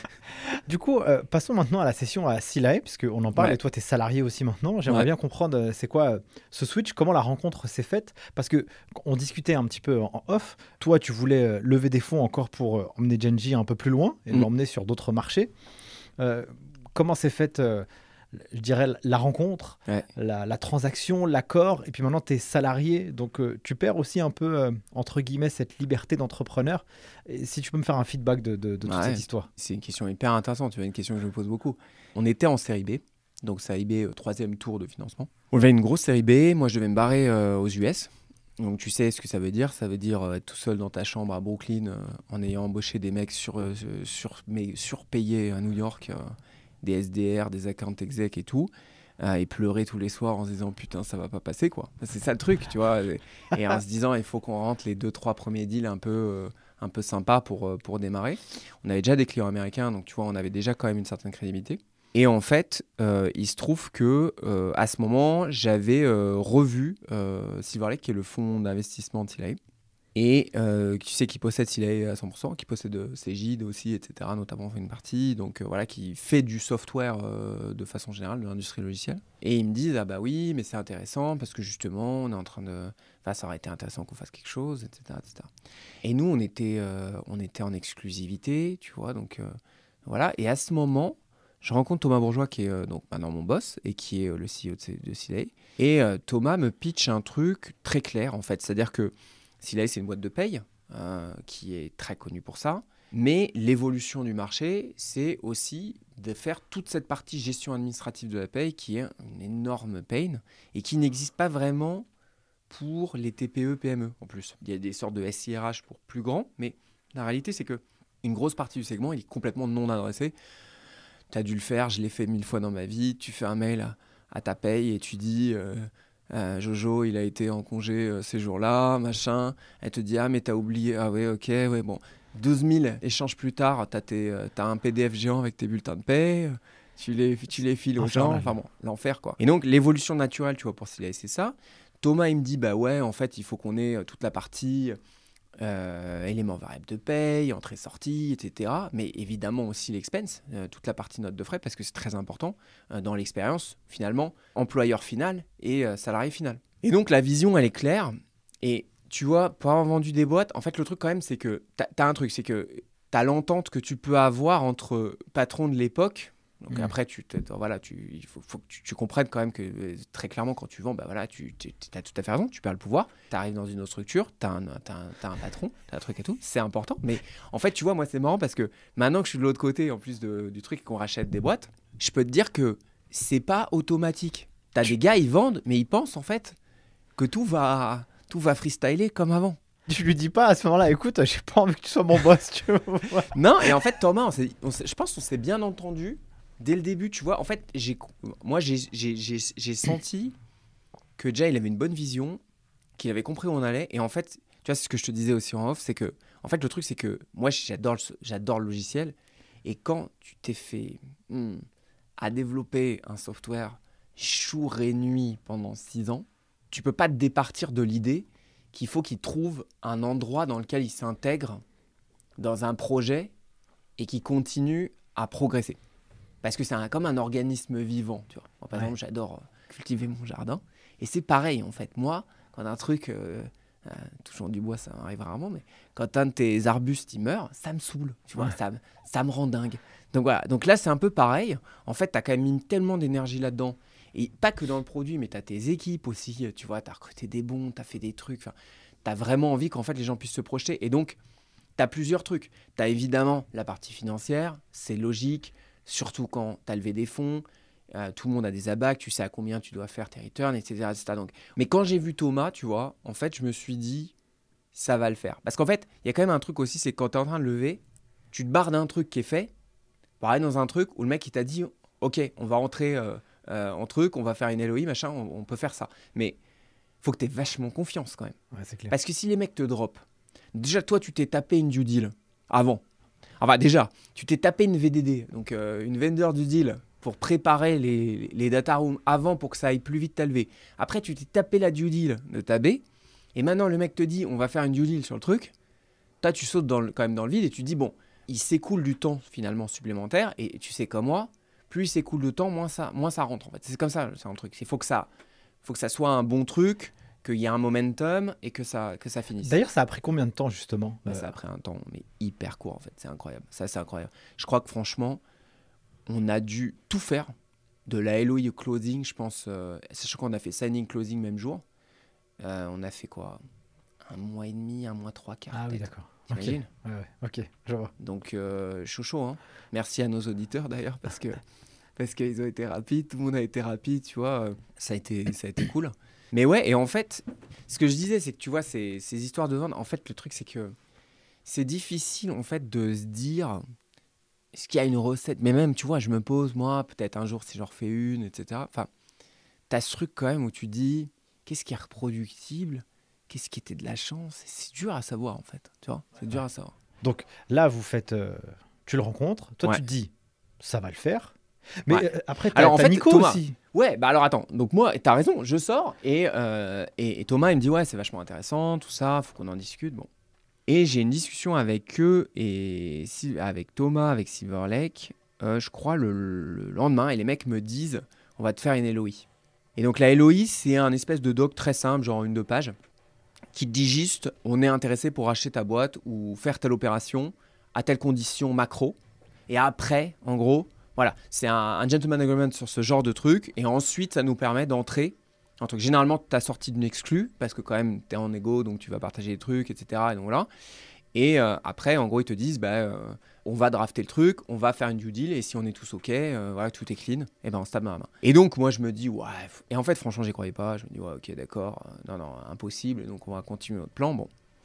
Du coup, euh, passons maintenant à la session à Silae, puisqu'on en parle Ouais. et toi, tu es salarié aussi maintenant. J'aimerais Ouais. bien comprendre euh, c'est quoi euh, ce switch, comment la rencontre s'est faite. Parce que on discutait un petit peu en en off. Toi, tu voulais euh, lever des fonds encore pour euh, emmener Genji un peu plus loin et Mm. l'emmener sur d'autres marchés. Euh, comment s'est faite, euh, je dirais, la rencontre, Ouais. la, la transaction, l'accord, et puis maintenant tu es salarié, donc euh, tu perds aussi un peu, euh, entre guillemets, cette liberté d'entrepreneur. Et si tu peux me faire un feedback de, de- de toute Ouais. cette histoire. C'est une question hyper intéressante, tu vois, une question que je me pose beaucoup. On était en série B, donc série B, euh, troisième tour de financement. On avait une grosse série B, moi je devais me barrer euh, aux U S. Donc tu sais ce que ça veut dire, ça veut dire euh, être tout seul dans ta chambre à Brooklyn euh, en ayant embauché des mecs sur, euh, sur, mais surpayés à New York, euh, des S D R, des account exec et tout, euh, et pleurer tous les soirs en se disant putain ça va pas passer quoi. C'est ça le truc, tu vois. Et, et en se disant il faut qu'on rentre les deux trois premiers deals un peu, euh, un peu sympas pour, euh, pour démarrer. On avait déjà des clients américains, donc tu vois on avait déjà quand même une certaine crédibilité. Et en fait, euh, il se trouve que euh, à ce moment, j'avais euh, revu euh, Silver Lake, qui est le fonds d'investissement de Silae, et euh, tu sais qui possède Silae à cent pour cent, qui possède euh, Cegid aussi, et cetera, notamment fait une partie, donc euh, voilà, qui fait du software euh, de façon générale, de l'industrie logicielle. Et ils me disent ah bah oui, mais c'est intéressant parce que justement, on est en train de, enfin ça aurait été intéressant qu'on fasse quelque chose, et cetera, et cetera. Et nous, on était, euh, on était en exclusivité, tu vois, donc euh, voilà. Et à ce moment, je rencontre Thomas Bourgeois, qui est euh, donc maintenant mon boss et qui est euh, le C E O de, de Silae. Et euh, Thomas me pitch un truc très clair, en fait. C'est-à-dire que Silae, c'est une boîte de paye euh, qui est très connue pour ça. Mais l'évolution du marché, c'est aussi de faire toute cette partie gestion administrative de la paye qui est une énorme pain et qui n'existe pas vraiment pour les T P E P M E en plus. Il y a des sortes de S I R H pour plus grands, mais la réalité, c'est qu'une grosse partie du segment, il est complètement non adressé. Tu as dû le faire, je l'ai fait mille fois dans ma vie. Tu fais un mail à, à ta paye et tu dis euh, Euh, Jojo, il a été en congé euh, ces jours-là, machin. Elle te dit, ah, mais t'as oublié. Ah, ouais, ok, ouais, bon. douze mille échanges plus tard, t'as, tes, euh, t'as un P D F géant avec tes bulletins de paie. euh, Tu les, tu les files aux gens. Infernal. Enfin bon, l'enfer, quoi. Et donc, l'évolution naturelle, tu vois, pour Célia, c'est ça. Thomas, il me dit, bah ouais, en fait, il faut qu'on ait euh, toute la partie euh, éléments variables de paye, entrée-sortie, et cetera. Mais évidemment aussi l'expense, euh, toute la partie note de frais, parce que c'est très important euh, dans l'expérience, finalement, employeur final et euh, salarié final. Et donc, la vision, elle est claire. Et tu vois, pour avoir vendu des boîtes, en fait, le truc quand même, c'est que t'as, t'as un truc, c'est que t'as l'entente que tu peux avoir entre patrons de l'époque. Donc Mmh. après, tu, voilà, tu, il faut, faut que tu, tu comprennes quand même que euh, très clairement, quand tu vends, bah voilà, tu as tout à fait raison, tu perds le pouvoir. Tu arrives dans une autre structure, tu as un, t'as un, t'as un patron, tu as un truc et tout, c'est important. Mais en fait, tu vois, moi, c'est marrant parce que maintenant que je suis de l'autre côté, en plus de, du truc qu'on rachète des boîtes, je peux te dire que c'est pas automatique. Tu as des gars, ils vendent, mais ils pensent en fait que tout va, tout va freestyler comme avant. Tu lui dis pas à ce moment-là, écoute, j'ai pas envie que tu sois mon boss, tu vois. Non, et en fait, Thomas, on s'est, on s'est, je pense qu'on s'est bien entendu. Dès le début, tu vois, en fait, j'ai, moi, j'ai, j'ai, j'ai, j'ai senti que déjà, il avait une bonne vision, qu'il avait compris où on allait. Et en fait, tu vois, c'est ce que je te disais aussi en off, c'est que, en fait, le truc, c'est que moi, j'adore le, j'adore le logiciel. Et quand tu t'es fait hmm, à développer un software jour et nuit pendant six ans, tu peux pas te départir de l'idée qu'il faut qu'il trouve un endroit dans lequel il s'intègre dans un projet et qu'il continue à progresser. Parce que c'est un, comme un organisme vivant, tu vois. Moi, par ouais. exemple, j'adore cultiver mon jardin. Et c'est pareil, en fait. Moi, quand un truc, euh, euh, touchant du bois, ça m'arrive rarement, mais quand un de tes arbustes, il meurt, ça me saoule, tu vois. Ouais. Ça, ça me rend dingue. Donc voilà. Donc là, c'est un peu pareil. En fait, tu as quand même mis tellement d'énergie là-dedans. Et pas que dans le produit, mais tu as tes équipes aussi. Tu vois, tu as recruté des bons, tu as fait des trucs. Tu as vraiment envie qu'en fait, les gens puissent se projeter. Et donc, tu as plusieurs trucs. Tu as évidemment la partie financière. C'est logique. Surtout quand tu as levé des fonds, euh, tout le monde a des abacs, tu sais à combien tu dois faire tes returns, et cetera et cetera. Donc, mais quand j'ai vu Thomas, tu vois, en fait, je me suis dit, ça va le faire. Parce qu'en fait, il y a quand même un truc aussi, c'est que quand tu es en train de lever, tu te barres d'un truc qui est fait, pareil dans un truc où le mec, il t'a dit, ok, on va rentrer euh, euh, en truc, on va faire une L O I, machin, on, on peut faire ça. Mais il faut que tu aies vachement confiance quand même. Ouais, c'est clair. Parce que si les mecs te drop, déjà, toi, tu t'es tapé une due deal avant. Enfin, déjà, tu t'es tapé une V D D, donc euh, une vendor du deal, pour préparer les, les data rooms avant pour que ça aille plus vite t'élever. Après, tu t'es tapé la due deal de ta B, et maintenant le mec te dit on va faire une due deal sur le truc. Toi, tu sautes dans le, quand même dans le vide et tu te dis bon, il s'écoule du temps finalement supplémentaire, et tu sais comme moi, plus il s'écoule de temps, moins ça, moins ça rentre en fait. C'est comme ça, c'est un truc. Il faut que ça, faut que ça soit un bon truc, qu'il y ait un momentum et que ça, que ça finisse. D'ailleurs, ça a pris combien de temps, justement bah, euh... Ça a pris un temps, mais hyper court, en fait. C'est incroyable. Ça, c'est incroyable. Je crois que, franchement, on a dû tout faire. De la L O I au closing, je pense. Euh, sachant qu'on a fait signing, closing même jour. Euh, on a fait quoi? Un mois et demi, un mois trois quarts. Ah oui, d'accord. T'imagines? Ok, ouais, ouais. Ok, je vois. Donc, euh, chaud chaud. Hein. Merci à nos auditeurs, d'ailleurs, parce que parce qu'ils ont été rapides. Tout le monde a été rapide, tu vois. Ça a été, ça a été cool. Mais ouais, et en fait, ce que je disais, c'est que tu vois, ces, ces histoires de vente, en fait, le truc, c'est que c'est difficile, en fait, de se dire, est-ce qu'il y a une recette? Mais même, tu vois, je me pose, moi, peut-être un jour, si j'en refais une, et cetera. Enfin, t'as ce truc, quand même, où tu dis, qu'est-ce qui est reproductible? Qu'est-ce qui était de la chance? C'est dur à savoir, en fait, tu vois, c'est ouais. dur à savoir. Donc, là, vous faites, euh, tu le rencontres, toi, ouais. tu te dis, ça va le faire. Mais ouais. euh, après, t'as, alors, en t'as fait, Nico Thomas, aussi. Ouais, bah alors attends. Donc moi, t'as raison, je sors et, euh, et, et Thomas, il me dit ouais, c'est vachement intéressant, tout ça, faut qu'on en discute. Bon. Et j'ai une discussion avec eux et avec Thomas, avec Silver Lake, euh, je crois le, le lendemain, et les mecs me disent, on va te faire une L O I. Et donc la L O I, c'est un espèce de doc très simple, genre une deux pages, qui te dit juste, on est intéressé pour acheter ta boîte ou faire telle opération à telle condition macro. Et après, en gros, voilà, c'est un, un gentleman agreement sur ce genre de truc. Et ensuite, ça nous permet d'entrer. Un truc. Généralement, tu as sorti d'une exclue parce que quand même, tu es en égo, donc tu vas partager des trucs, et cetera. Et donc voilà. Et euh, après, en gros, ils te disent, bah, euh, on va drafter le truc, on va faire une due deal. Et si on est tous OK, euh, voilà, tout est clean, et ben on se tape dans la main. Et donc, moi, je me dis, ouais. Et en fait, franchement, j'y croyais pas. Je me dis, ouais, OK, d'accord. Euh, non, non, impossible. Donc, on va continuer notre plan. Bon.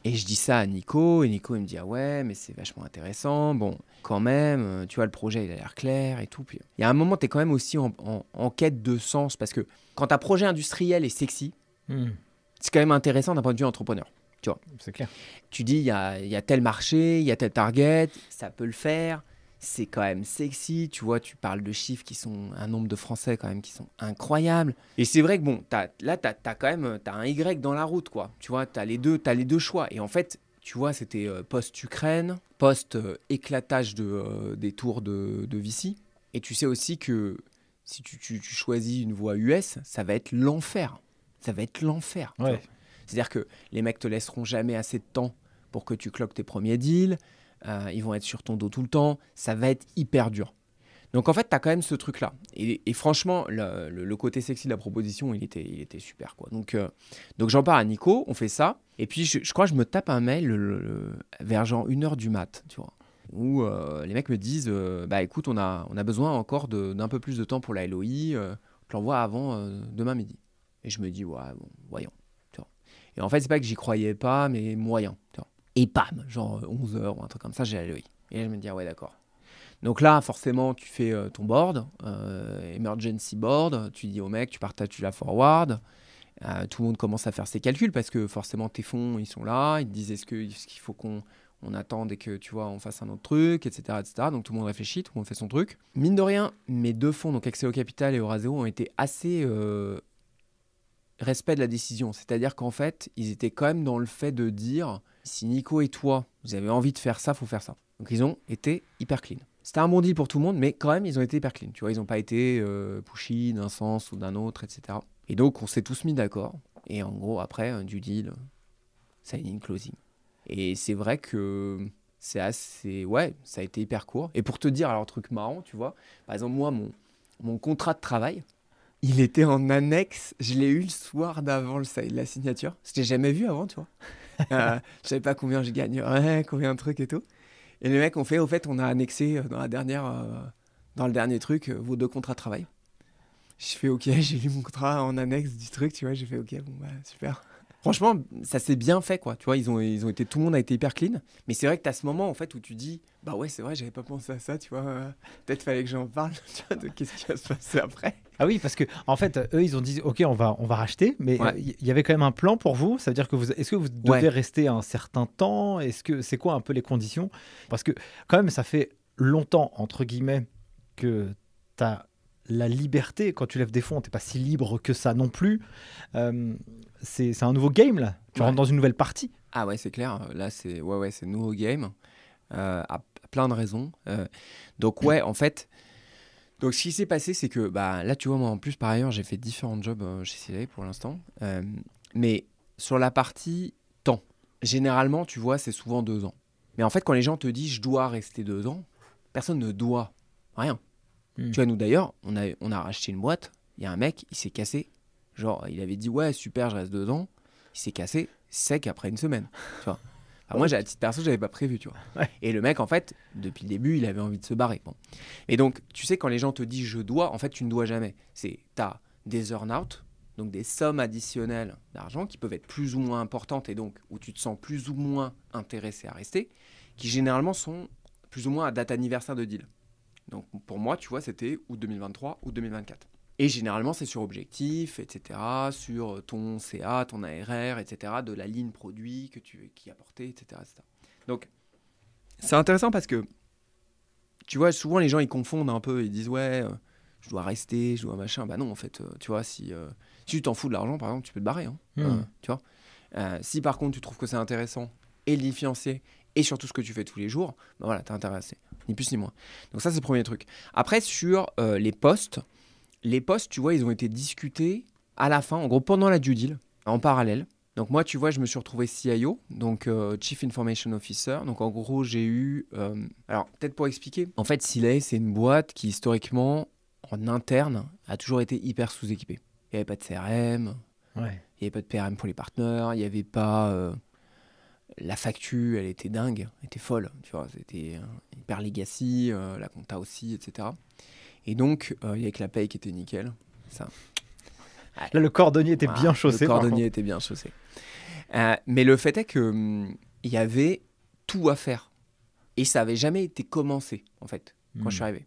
Et je dis ça à Nico, et Nico, il me dit, ah ouais, mais c'est vachement intéressant. Bon, quand même, euh, tu vois, le projet, il a l'air clair et tout. Puis, il y a un moment, tu es quand même aussi en, en, en quête de sens, parce que quand ta projet industriel est sexy, Mmh. c'est quand même intéressant d'un point de vue entrepreneur. C'est clair. Tu dis, il y a, il y a tel marché, il y a tel target, ça peut le faire. C'est quand même sexy, tu vois, tu parles de chiffres qui sont un nombre de Français quand même qui sont incroyables. Et c'est vrai que bon, t'as, là, tu as quand même t'as un Y dans la route, quoi. Tu vois, tu as les deux, t'as les deux choix. Et en fait, tu vois, c'était euh, post-Ukraine, post-éclatage de, euh, des tours de, de Vichy. Et tu sais aussi que si tu, tu, tu choisis une voie U S, ça va être l'enfer. Ça va être l'enfer. tu Ouais. vois. C'est-à-dire que les mecs te laisseront jamais assez de temps pour que tu cloques tes premiers deals. Euh, ils vont être sur ton dos tout le temps. Ça va être hyper dur. Donc, en fait, tu as quand même ce truc-là. Et, et franchement, le, le, le côté sexy de la proposition, il était, il était super, quoi. Donc, euh, donc j'en parle à Nico, on fait ça. Et puis, je, je crois que je me tape un mail le, le, le, vers genre une heure du mat, tu vois, où euh, les mecs me disent euh, bah écoute, on a, on a besoin encore de, d'un peu plus de temps pour la L O I. Euh, je l'envoie avant euh, demain midi. Et je me dis, ouais, bon, voyons. Tu vois. Et en fait, c'est pas que j'y croyais pas, mais moyen. Tu vois. Et bam, genre onze heures ou un truc comme ça, j'ai la L O I. Et là, je me dis, ah ouais, d'accord. Donc là, forcément, tu fais euh, ton board, euh, emergency board, tu dis au mec, tu partages, tu la forward. Euh, tout le monde commence à faire ses calculs parce que forcément, tes fonds, ils sont là. Ils te disent, est-ce, que, est-ce qu'il faut qu'on on attende et que, tu vois, on fasse un autre truc, et cetera, et cetera. Donc tout le monde réfléchit, tout le monde fait son truc. Mine de rien, mes deux fonds, donc Axéo Capital et Eurazeo, ont été assez... Euh, respect de la décision. C'est-à-dire qu'en fait, ils étaient quand même dans le fait de dire, si Nico et toi, vous avez envie de faire ça, il faut faire ça. Donc ils ont été hyper clean. C'était un bon deal pour tout le monde, mais quand même, ils ont été hyper clean. Tu vois, ils n'ont pas été euh, pushy d'un sens ou d'un autre, et cetera. Et donc, on s'est tous mis d'accord. Et en gros, après, du deal, signing, closing. Et c'est vrai que c'est assez... Ouais, ça a été hyper court. Et pour te dire, alors, un truc marrant, tu vois, par exemple, moi, mon, mon contrat de travail, il était en annexe. Je l'ai eu le soir d'avant le, la signature. Je l'ai jamais vu avant, tu vois. euh, je savais pas combien je gagnerais, combien de trucs et tout. Et les mecs ont fait, au fait, on a annexé dans la dernière, euh, dans le dernier truc, euh, vos deux contrats de travail. Je fais OK, j'ai lu mon contrat en annexe du truc, tu vois. J'ai fait OK, bon bah super. Franchement, ça s'est bien fait, quoi. Tu vois, ils ont, ils ont été, tout le monde a été hyper clean. Mais c'est vrai que tu as ce moment, en fait, où tu dis, bah ouais, c'est vrai, j'avais pas pensé à ça, tu vois. Euh, peut-être fallait que j'en parle, tu vois, de qu'est-ce qui va se passer après. Ah oui, parce que en fait, eux, ils ont dit, ok, on va, on va racheter, mais il ouais. euh, y avait quand même un plan pour vous. Ça veut dire que vous, est-ce que vous devez ouais. rester un certain temps ? Est-ce que c'est quoi un peu les conditions ? Parce que quand même, ça fait longtemps entre guillemets que tu as la liberté. Quand tu lèves des fonds, t'es pas si libre que ça non plus. Euh, c'est, c'est un nouveau game là. Tu ouais. rentres dans une nouvelle partie. Ah ouais, c'est clair. Là, c'est ouais, ouais, c'est nouveau game. Euh, à plein de raisons. Euh, donc ouais, en fait. Donc, ce qui s'est passé, c'est que bah, là, tu vois, moi, en plus, par ailleurs, j'ai fait différents jobs euh, chez C L A pour l'instant. Euh, mais sur la partie temps, généralement, tu vois, c'est souvent deux ans. Mais en fait, quand les gens te disent « je dois rester deux ans », personne ne doit rien. Mmh. Tu vois, nous, d'ailleurs, on a, on a racheté une boîte. Il y a un mec, il s'est cassé. Genre, il avait dit « ouais, super, je reste deux ans ». Il s'est cassé sec après une semaine, tu vois. Alors moi, à titre perso, je n'avais pas prévu, tu vois. Ouais. Et le mec, en fait, depuis le début, il avait envie de se barrer. Bon. Et donc, tu sais, quand les gens te disent « je dois », en fait, tu ne dois jamais. C'est, tu as des earn-out, donc des sommes additionnelles d'argent qui peuvent être plus ou moins importantes et donc où tu te sens plus ou moins intéressé à rester, qui généralement sont plus ou moins à date anniversaire de deal. Donc, pour moi, tu vois, c'était août deux mille vingt-trois ou deux mille vingt-quatre. Et généralement, c'est sur objectif, et cetera, sur ton C A, ton A R R, et cetera, de la ligne produit que tu qui apporter, et cetera, et cetera. Donc, c'est intéressant parce que, tu vois, souvent les gens, ils confondent un peu, ils disent, ouais, euh, je dois rester, je dois machin. Bah non, en fait, euh, tu vois, si, euh, si tu t'en fous de l'argent, par exemple, tu peux te barrer. Hein, mmh. euh, tu vois. Euh, si par contre, tu trouves que c'est intéressant, et le financier, et surtout ce que tu fais tous les jours, bah voilà, t'es intéressé, ni plus ni moins. Donc ça, c'est le premier truc. Après, sur euh, les postes, les postes, tu vois, ils ont été discutés à la fin, en gros, pendant la due deal, en parallèle. Donc moi, tu vois, je me suis retrouvé C I O, donc euh, Chief Information Officer. Donc en gros, j'ai eu... Euh, alors, peut-être pour expliquer. En fait, C L A, c'est une boîte qui, historiquement, en interne, a toujours été hyper sous-équipée. Il n'y avait pas de C R M, ouais. Il n'y avait pas de P R M pour les partenaires, il n'y avait pas... Euh, la facture, elle était dingue, elle était folle, tu vois. C'était euh, hyper legacy, euh, la compta aussi, et cetera. Et donc, euh, il y avait que la paye qui était nickel. Ça. Là, le cordonnier était voilà, bien chaussé. Le cordonnier était bien chaussé. Euh, mais le fait est que hum, il y avait tout à faire. Et ça avait jamais été commencé, en fait, quand Mm. je suis arrivé.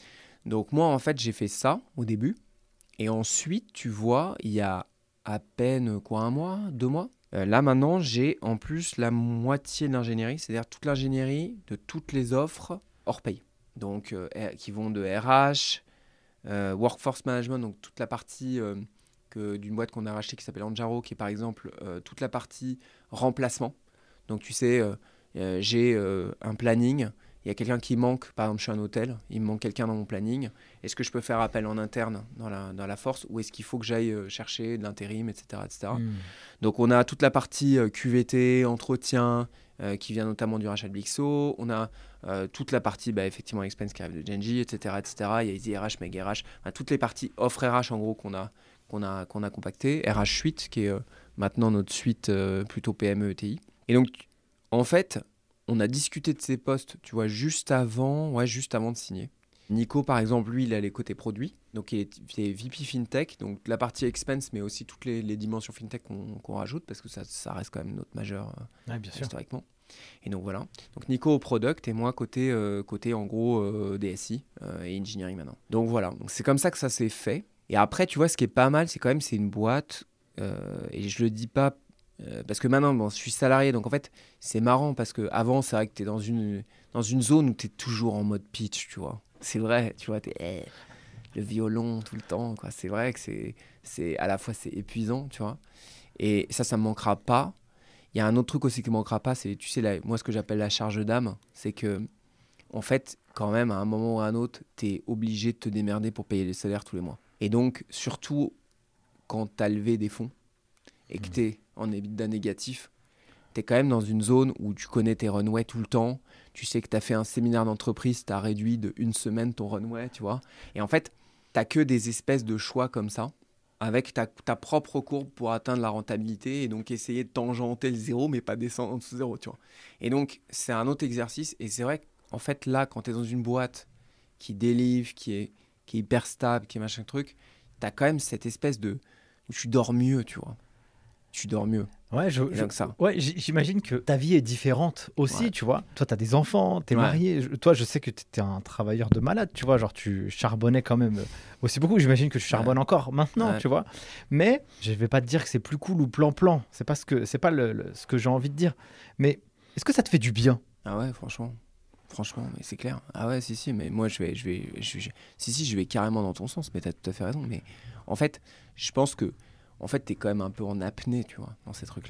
Donc moi, en fait, j'ai fait ça au début. Et ensuite, tu vois, il y a à peine, quoi, un mois, deux mois. euh, là, maintenant, j'ai en plus la moitié de l'ingénierie, c'est-à-dire toute l'ingénierie de toutes les offres hors paye. Donc, euh, R- qui vont de R H, euh, Workforce Management, donc toute la partie euh, que, d'une boîte qu'on a rachetée qui s'appelle Anjaro, qui est par exemple euh, toute la partie remplacement. Donc, tu sais, euh, euh, j'ai euh, un planning. Il y a quelqu'un qui manque, par exemple, je suis un hôtel, il me manque quelqu'un dans mon planning. Est-ce que je peux faire appel en interne dans la, dans la force ou est-ce qu'il faut que j'aille euh, chercher de l'intérim, et cetera et cetera. Mm. Donc, on a toute la partie euh, Q V T, entretien, euh, qui vient notamment du rachat de Blixo. On a euh, toute la partie, bah, effectivement, expense qui arrive de Genji, et cetera et cetera. Il y a Easy R H, Meg R H. Enfin, toutes les parties offre R H, en gros, qu'on a, qu'on a, qu'on a compactées. R H Suite, qui est euh, maintenant notre suite euh, plutôt P M E E T I. Et donc, en fait... on a discuté de ces postes, tu vois, juste avant, ouais, juste avant de signer. Nico, par exemple, lui, il a les côtés produits. Donc, il est, il est V P FinTech. Donc, la partie expense, mais aussi toutes les, les dimensions FinTech qu'on, qu'on rajoute, parce que ça, ça reste quand même notre majeur euh, Ouais, bien sûr. historiquement. Et donc, voilà. Donc, Nico au product et moi côté, euh, côté en gros, euh, D S I euh, et engineering maintenant. Donc, voilà. Donc, c'est comme ça que ça s'est fait. Et après, tu vois, ce qui est pas mal, c'est quand même, c'est une boîte, euh, et je le dis pas Euh, parce que maintenant, bon, je suis salarié, donc en fait, c'est marrant parce qu'avant, c'est vrai que tu es dans une, dans une zone où tu es toujours en mode pitch, tu vois. C'est vrai, tu vois, tu es le violon tout le temps, quoi. C'est vrai que c'est, c'est, à la fois, c'est épuisant, tu vois. Et ça, ça me manquera pas. Il y a un autre truc aussi qui me manquera pas, c'est, tu sais, la, moi, ce que j'appelle la charge d'âme, c'est que, en fait, quand même, à un moment ou à un autre, tu es obligé de te démerder pour payer les salaires tous les mois. Et donc, surtout quand tu as levé des fonds, et que tu es en EBITDA négatif, tu es quand même dans une zone où tu connais tes runways tout le temps. Tu sais que tu as fait un séminaire d'entreprise, tu as réduit de une semaine ton runway, tu vois. Et en fait, tu n'as que des espèces de choix comme ça, avec ta, ta propre courbe pour atteindre la rentabilité et donc essayer de tangenter le zéro, mais pas descendre en dessous de zéro, tu vois. Et donc, c'est un autre exercice. Et c'est vrai qu'en fait, là, quand tu es dans une boîte qui délivre, qui est, qui est hyper stable, qui est machin truc, tu as quand même cette espèce de... où tu dors mieux, tu vois. Tu dors mieux. Ouais, je, Et je- donc ça. ouais, j- j'imagine que ta vie est différente aussi, Ouais. tu vois. Toi, tu as des enfants, tu es Ouais. marié. Je- toi, je sais que tu étais un travailleur de malade, tu vois. Genre, tu charbonnais quand même euh, aussi beaucoup. J'imagine que tu charbonnes encore maintenant, Ouais. tu vois. Mais je vais pas te dire que c'est plus cool ou plan-plan. C'est pas ce que, c'est pas le, le- ce que j'ai envie de dire. Mais est-ce que ça te fait du bien? Ah ouais, franchement. Franchement, mais c'est clair. Ah ouais, si, si, mais moi, je vais, je vais, je, je- si, si, je vais carrément dans ton sens, mais t'as tout à fait raison. Mais en fait, je pense que, en fait, t'es quand même un peu en apnée, tu vois, dans ces trucs-là.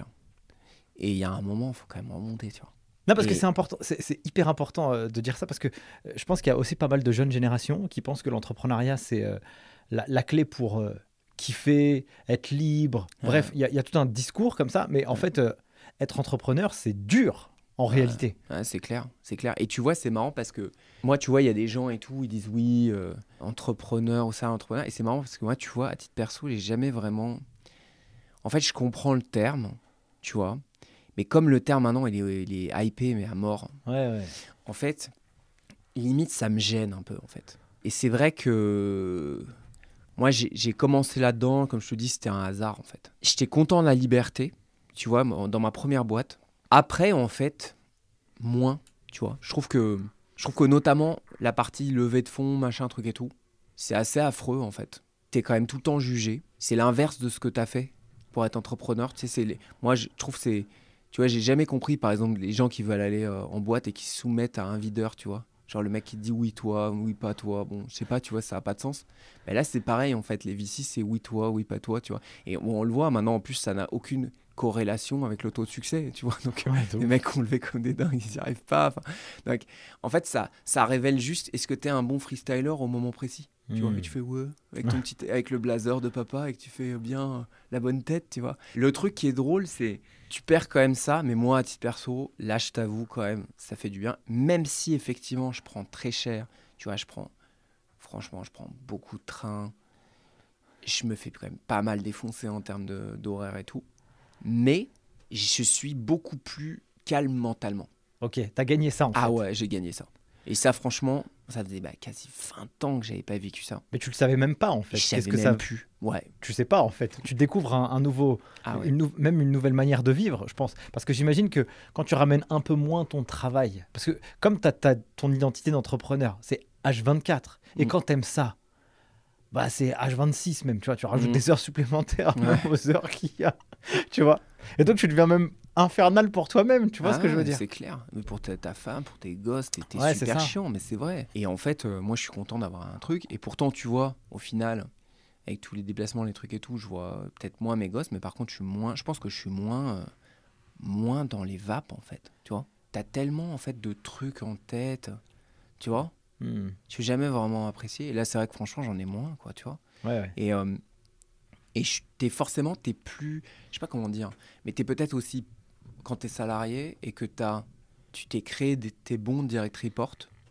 Et il y a un moment, il faut quand même remonter, tu vois. Non, parce que Et- c'est important, c'est c'est hyper important euh, de dire ça parce que euh, je pense qu'il y a aussi pas mal de jeunes générations qui pensent que l'entrepreneuriat, c'est euh, la, la clé pour euh, kiffer, être libre. Ouais. Bref, il y, a- il y a tout un discours comme ça, mais en Ouais. fait, euh, être entrepreneur, c'est dur en réalité. Ouais, c'est clair, c'est clair. Et tu vois, c'est marrant parce que moi, tu vois, il y a des gens et tout, ils disent oui, euh, entrepreneur ou ça, entrepreneur. Et c'est marrant parce que moi, tu vois, à titre perso, j'ai jamais vraiment. En fait, je comprends le terme, tu vois. Mais comme le terme maintenant, il est, il est hypé, mais à mort, Ouais, ouais. en fait, limite, ça me gêne un peu, en fait. Et c'est vrai que moi, j'ai j'ai commencé là-dedans, comme je te dis, c'était un hasard, en fait. J'étais content de la liberté, tu vois, dans ma première boîte. Après, en fait, moins, tu vois. Je trouve que, je trouve que notamment, la partie levée de fonds, machin, truc et tout, c'est assez affreux, en fait. T'es quand même tout le temps jugé. C'est l'inverse de ce que t'as fait pour être entrepreneur. Tu sais, c'est les... Moi, je trouve que c'est... Tu vois, j'ai jamais compris, par exemple, les gens qui veulent aller euh, en boîte et qui se soumettent à un videur, tu vois. Genre le mec qui te dit oui toi, oui pas toi. Bon, je sais pas, tu vois, ça a pas de sens. Mais là, c'est pareil, en fait. Les V C, c'est oui toi, oui pas toi, tu vois. Et bon, on le voit maintenant, en plus, ça n'a aucune corrélation avec le taux de succès, tu vois. Donc, Ouais, de les ouf. mecs ont levé comme des dingues, ils n'y arrivent pas. Enfin, donc, en fait, ça, ça révèle juste est-ce que tu es un bon freestyler au moment précis. Tu vois, Hmm. et tu fais ouais, avec, ton petit, avec le blazer de papa et que tu fais bien euh, la bonne tête, tu vois. Le truc qui est drôle, c'est tu perds quand même ça, mais moi, à titre perso, là, je t'avoue quand même, ça fait du bien. Même si effectivement, je prends très cher, tu vois, je prends, franchement, je prends beaucoup de trains. Je me fais quand même pas mal défoncer en termes de- d'horaire et tout. Mais je suis beaucoup plus calme mentalement. Ok, t'as gagné ça en Ah fait. ouais, j'ai gagné ça. Et ça, franchement, Ça faisait bah, quasi vingt ans que j'avais pas vécu ça. Mais tu le savais même pas en fait. Je savais Qu'est-ce que même ça... plus. Ouais. Tu sais pas en fait. Tu découvres un, un nouveau, Ah ouais. une nou- même une nouvelle manière de vivre, je pense. Parce que j'imagine que quand tu ramènes un peu moins ton travail, parce que comme tu as ton identité d'entrepreneur, c'est H vingt-quatre. Et Mm. quand tu aimes ça, bah c'est H vingt-six même, tu vois. Tu rajoutes Mm. des heures supplémentaires Ouais. même aux heures qu'il y a, tu vois. Et donc tu deviens même infernal pour toi-même, tu vois Ah ce que je veux ouais, dire. C'est clair. Mais pour ta, ta femme, pour tes gosses, t'es t'es Ouais, c'est super ça. chiant, mais c'est vrai. Et en fait, euh, moi, je suis content d'avoir un truc. Et pourtant, tu vois, au final, avec tous les déplacements, les trucs et tout, je vois peut-être moins mes gosses, mais par contre, je suis moins. Je pense que je suis moins, euh, moins dans les vapes, en fait. Tu vois, t'as tellement en fait de trucs en tête, tu vois. Hmm. Je suis jamais vraiment apprécié. Et là, c'est vrai que franchement, j'en ai moins, quoi, tu vois. Ouais, ouais. Et euh, et je- t'es forcément, t'es plus, je sais pas comment dire, mais t'es peut-être aussi quand t'es salarié et que t'as, tu t'es créé des, tes bons direct reports,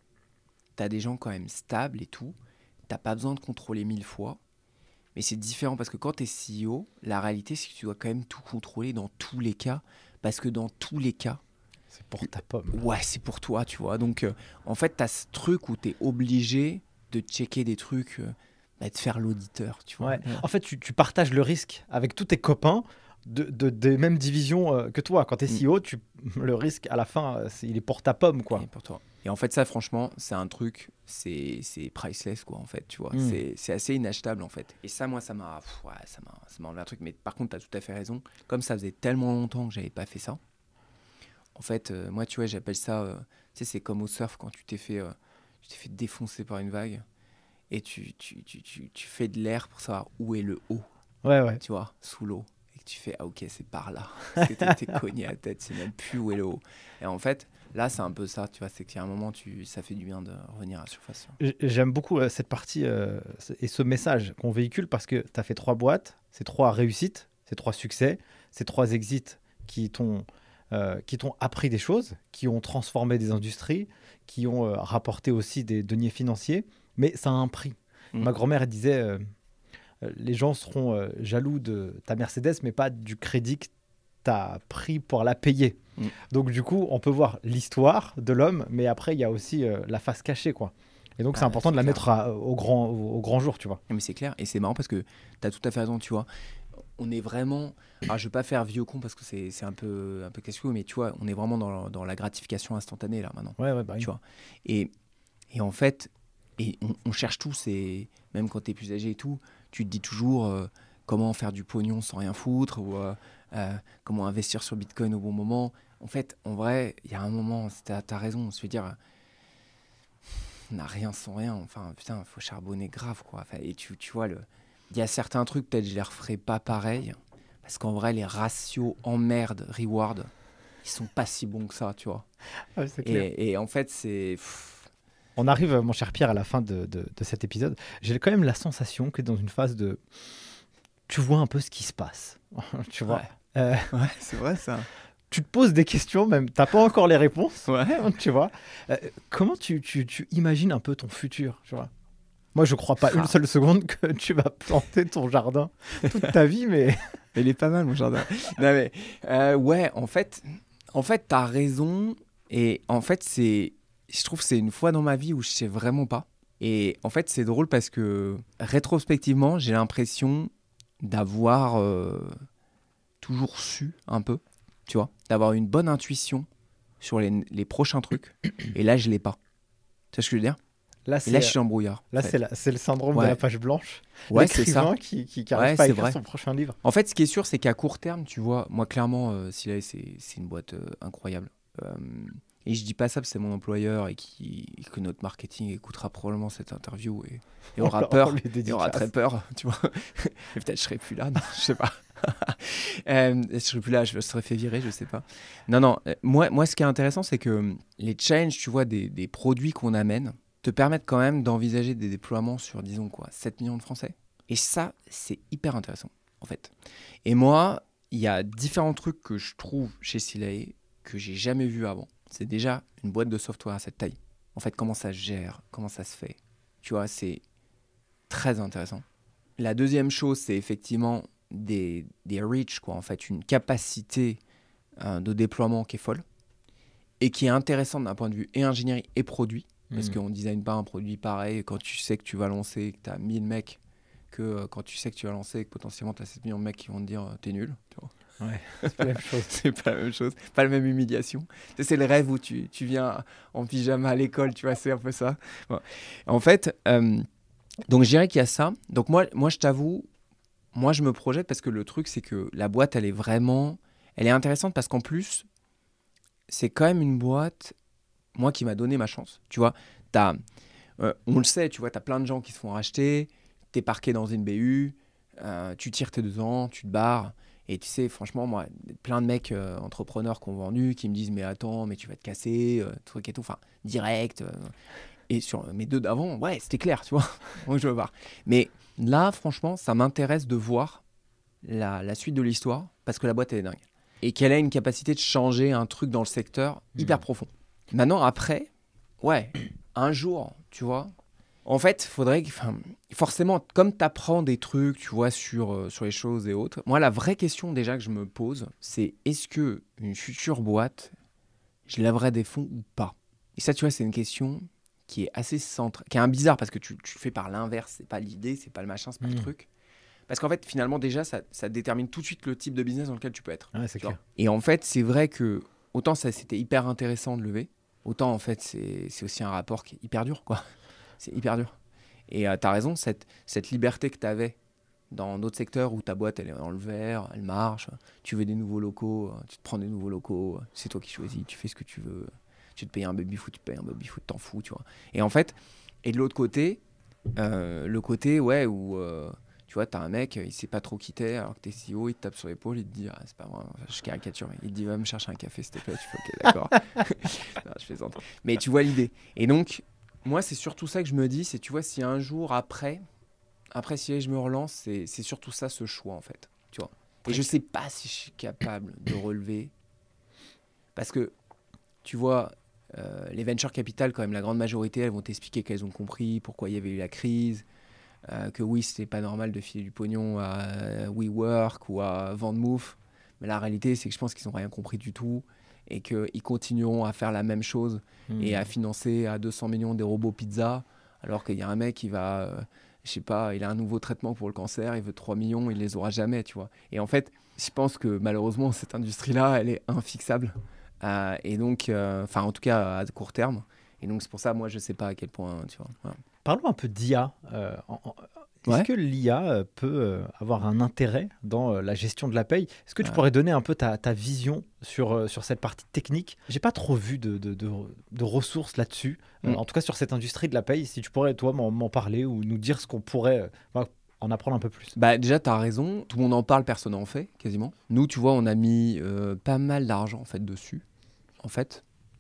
t'as des gens quand même stables et tout, t'as pas besoin de contrôler mille fois, mais c'est différent parce que quand t'es C E O, la réalité c'est que tu dois quand même tout contrôler dans tous les cas, parce que dans tous les cas, C'est pour ta pomme. ouais, c'est pour toi, tu vois. Donc, euh, en fait, t'as ce truc où t'es obligé de checker des trucs, euh, bah, de faire l'auditeur, tu vois. Ouais. En fait, tu, tu partages le risque avec tous tes copains de, de- des mêmes divisions euh, que toi. Quand tu es Mm. C E O, tu, le risque, à la fin, euh, c'est- il est pour ta pomme, quoi. Et pour toi. Et en fait, ça, franchement, c'est un truc, c'est c'est priceless, quoi, en fait, tu vois. Mm. C'est c'est assez inachetable, en fait. Et ça, moi, ça m'a pff, ouais, ça m'a ça m'a enlevé un truc. Mais par contre, tu as tout à fait raison. Comme ça faisait tellement longtemps que j'avais pas fait ça, en fait, euh, moi, tu vois, j'appelle ça, euh, tu sais, c'est comme au surf quand tu t'es fait, euh, tu t'es fait défoncer par une vague et tu, tu, tu, tu, tu fais de l'air pour savoir où est le haut, Ouais, ouais. tu vois, sous l'eau. Et que tu fais, ah ok, c'est par là. Parce que t'es t'es cogné à la tête, c'est même plus où est le haut. Et en fait, là, c'est un peu ça, tu vois, c'est qu'il y a un moment, tu, ça fait du bien de revenir à la surface. J- J'aime beaucoup euh, cette partie euh, c- et ce message qu'on véhicule parce que tu as fait trois boîtes, c'est trois réussites, c'est trois succès, c'est trois exits qui t'ont euh, qui t'ont appris des choses, qui ont transformé des industries, qui ont euh, rapporté aussi des deniers financiers, mais ça a un prix. Mm. Ma grand-mère elle disait euh, euh, les gens seront euh, jaloux de ta Mercedes, mais pas du crédit que tu as pris pour la payer. Mm. Donc du coup, on peut voir l'histoire de l'homme, mais après, il y a aussi euh, la face cachée, quoi. Et donc, c'est Ah, important c'est de la clair. mettre à- au, grand, au, au grand jour, tu vois. Non, mais c'est clair, et c'est marrant parce que tu as tout à fait raison, tu vois. On est vraiment. Alors, je vais pas faire vieux con parce que c'est c'est un peu, un peu casse-cou, mais tu vois, on est vraiment dans, dans la gratification instantanée là maintenant. Ouais, ouais, bah oui. Tu vois. Et, et en fait, et on, on cherche tous, et même quand tu es plus âgé et tout, tu te dis toujours euh, comment faire du pognon sans rien foutre, ou euh, euh, comment investir sur Bitcoin au bon moment. En fait, en vrai, il y a un moment, tu as raison, je veux dire, on n'a rien sans rien. Enfin, putain, il faut charbonner grave, quoi. Enfin, et tu, tu vois, le... il y a certains trucs, peut-être je les referai pas pareil, parce qu'en vrai, les ratios emmerde, reward, ils sont pas si bons que ça, tu vois. Ouais, c'est clair. Et, et en fait, c'est... pff, On arrive, euh, mon cher Pierre, à la fin de, de- de cet épisode. J'ai quand même la sensation que dans une phase de... Tu vois un peu ce qui se passe. Tu vois. Ouais. Euh, Ouais, c'est vrai ça. tu te poses des questions, même. T'as pas encore les réponses. Ouais. Tu vois. Euh, comment tu, tu- tu imagines un peu ton futur, tu vois. Moi, je crois pas Ah. une seule seconde que tu vas planter ton jardin toute ta vie, mais... Il est pas mal, mon jardin. Non, mais, euh, ouais, en fait, en fait, t'as raison. Et en fait, c'est, je trouve que c'est une fois dans ma vie où je sais vraiment pas. Et en fait, c'est drôle parce que rétrospectivement, j'ai l'impression d'avoir euh, toujours su un peu, tu vois, d'avoir une bonne intuition sur les, les prochains trucs. Et là, je l'ai pas. Tu vois ce que je veux dire? Là, Et c'est là, je suis embrouillard. là, en fait. c'est la- c'est le syndrome Ouais. de la page blanche. Ouais, c'est ça. L'écrivain qui, qui, qui Ouais, arrive pas à c'est écrire vrai. son prochain livre. En fait, ce qui est sûr, c'est qu'à court terme, tu vois, moi, clairement, euh, Silay, c'est c'est une boîte euh, incroyable. Euh, et je dis pas ça parce que c'est mon employeur et, qui, et que notre marketing écoutera probablement cette interview et, et aura On- on peur. lui Et aura dédicace. très peur, tu vois. Et peut-être je serai plus là, non, je sais pas. Euh, je serai plus là, je serai fait virer, je sais pas. Non, non, euh, moi, moi, ce qui est intéressant, c'est que hum, les challenges, tu vois, des, des produits qu'on amène, te permettent quand même d'envisager des déploiements sur, disons quoi, sept millions de Français. Et ça, c'est hyper intéressant, en fait. Et moi, il y a différents trucs que je trouve chez Silay que j'ai jamais vu avant. C'est déjà une boîte de software à cette taille. En fait, comment ça se gère, comment ça se fait. Tu vois, c'est très intéressant. La deuxième chose, c'est effectivement des, des reach, quoi. En fait, une capacité euh, de déploiement qui est folle et qui est intéressante d'un point de vue et ingénierie et produit. Parce Mmh. qu'on ne design pas un produit pareil quand tu sais que tu vas lancer et que tu as mille mecs que euh, quand tu sais que tu vas lancer et que potentiellement tu as sept millions de mecs qui vont te dire euh, t'es nul. Tu vois. Ouais, c'est pas la même chose. C'est pas la même chose, pas la même humiliation. Tu sais, c'est le rêve où tu, tu viens en pyjama à l'école, tu vois, c'est un peu ça. Bon. En fait, euh, donc je dirais qu'il y a ça. Donc moi, moi je t'avoue, moi je me projette parce que le truc c'est que la boîte elle est vraiment, elle est intéressante parce qu'en plus c'est quand même une boîte, moi qui m'a donné ma chance. Tu vois, t'as, euh, on le sait, tu vois, t'as plein de gens qui se font racheter, t'es parqué dans une B U, euh, tu tires tes deux ans, tu te barres. Et tu sais, franchement, moi, plein de mecs euh, entrepreneurs qui ont vendu, qui me disent mais attends, mais tu vas te casser, euh, truc et tout, enfin direct. euh. Et sur mes deux d'avant, ouais, c'était clair, tu vois. Donc je veux voir. Mais là, franchement, ça m'intéresse de voir la, la suite de l'histoire parce que la boîte elle est dingue et qu'elle a une capacité de changer un truc dans le secteur hyper Mmh. profond. Maintenant, après, ouais, un jour, tu vois. En fait, faudrait que, enfin, forcément, comme tu apprends des trucs, tu vois, sur, euh, sur les choses et autres, moi, la vraie question déjà que je me pose, c'est est-ce que une future boîte, je lèverai des fonds ou pas? Et ça, tu vois, c'est une question qui est assez centrale, qui est un bizarre parce que tu, tu fais par l'inverse, c'est pas l'idée, c'est pas le machin, c'est pas Mmh. le truc. Parce qu'en fait, finalement, déjà, ça, ça détermine tout de suite le type de business dans lequel tu peux être. Ouais, c'est tu vois. clair. Et en fait, c'est vrai que autant ça, c'était hyper intéressant de lever, autant en fait, c'est, c'est aussi un rapport qui est hyper dur, quoi. C'est hyper dur. Et euh, tu as raison, cette, cette liberté que tu avais dans d'autres secteurs où ta boîte elle est dans le vert, elle marche, tu veux des nouveaux locaux, euh, tu te prends des nouveaux locaux, euh, c'est toi qui choisis, tu fais ce que tu veux, tu te payes un baby-foot, tu te payes un baby-foot, t'en fous, tu vois. Et en fait, et de l'autre côté, euh, le côté, ouais, où euh, tu vois, t'as un mec, il sait pas trop qui t'es, alors que t'es C E O, il te tape sur l'épaule, il te dit, ah, c'est pas vrai, enfin, je caricature, mais il te dit, va me chercher un café, s'il te plaît, tu fais, ok, d'accord. Non, je plaisante. Mais tu vois l'idée. Et donc, moi, c'est surtout ça que je me dis, c'est, tu vois, si un jour, après, après si je me relance, c'est, c'est surtout ça, ce choix, en fait, tu vois. Et je sais pas si je suis capable de relever, parce que, tu vois, euh, les venture capital, quand même, la grande majorité, elles vont t'expliquer qu'elles ont compris pourquoi il y avait eu la crise, euh, que oui, c'était pas normal de filer du pognon à WeWork ou à Vendemove. Mais la réalité, c'est que je pense qu'ils n'ont rien compris du tout et qu'ils continueront à faire la même chose Mmh. et à financer à deux cents millions des robots pizza, alors qu'il y a un mec qui va, euh, je sais pas, il a un nouveau traitement pour le cancer, il veut trois millions, il les aura jamais, tu vois. Et en fait, je pense que malheureusement, cette industrie-là, elle est infixable. Euh, et donc, enfin, euh, en tout cas, à court terme. Et donc, c'est pour ça, moi, je sais pas à quel point, tu vois. Voilà. Parlons un peu d'I A. Euh, en- en- Est-ce Ouais. que l'I A euh, peut euh, avoir un intérêt dans euh, la gestion de la paye? Est-ce que tu Ouais. pourrais donner un peu ta, ta vision sur, euh, sur cette partie technique? J'ai pas trop vu de, de, de, de ressources là-dessus, euh, Mm. en tout cas sur cette industrie de la paye. Si tu pourrais, toi, m'en, m'en parler ou nous dire ce qu'on pourrait euh, enfin, en apprendre un peu plus. Bah, déjà, tu as raison. Tout le monde en parle, personne n'en fait, quasiment. Nous, tu vois, on a mis euh, pas mal d'argent, en fait, dessus. En fait,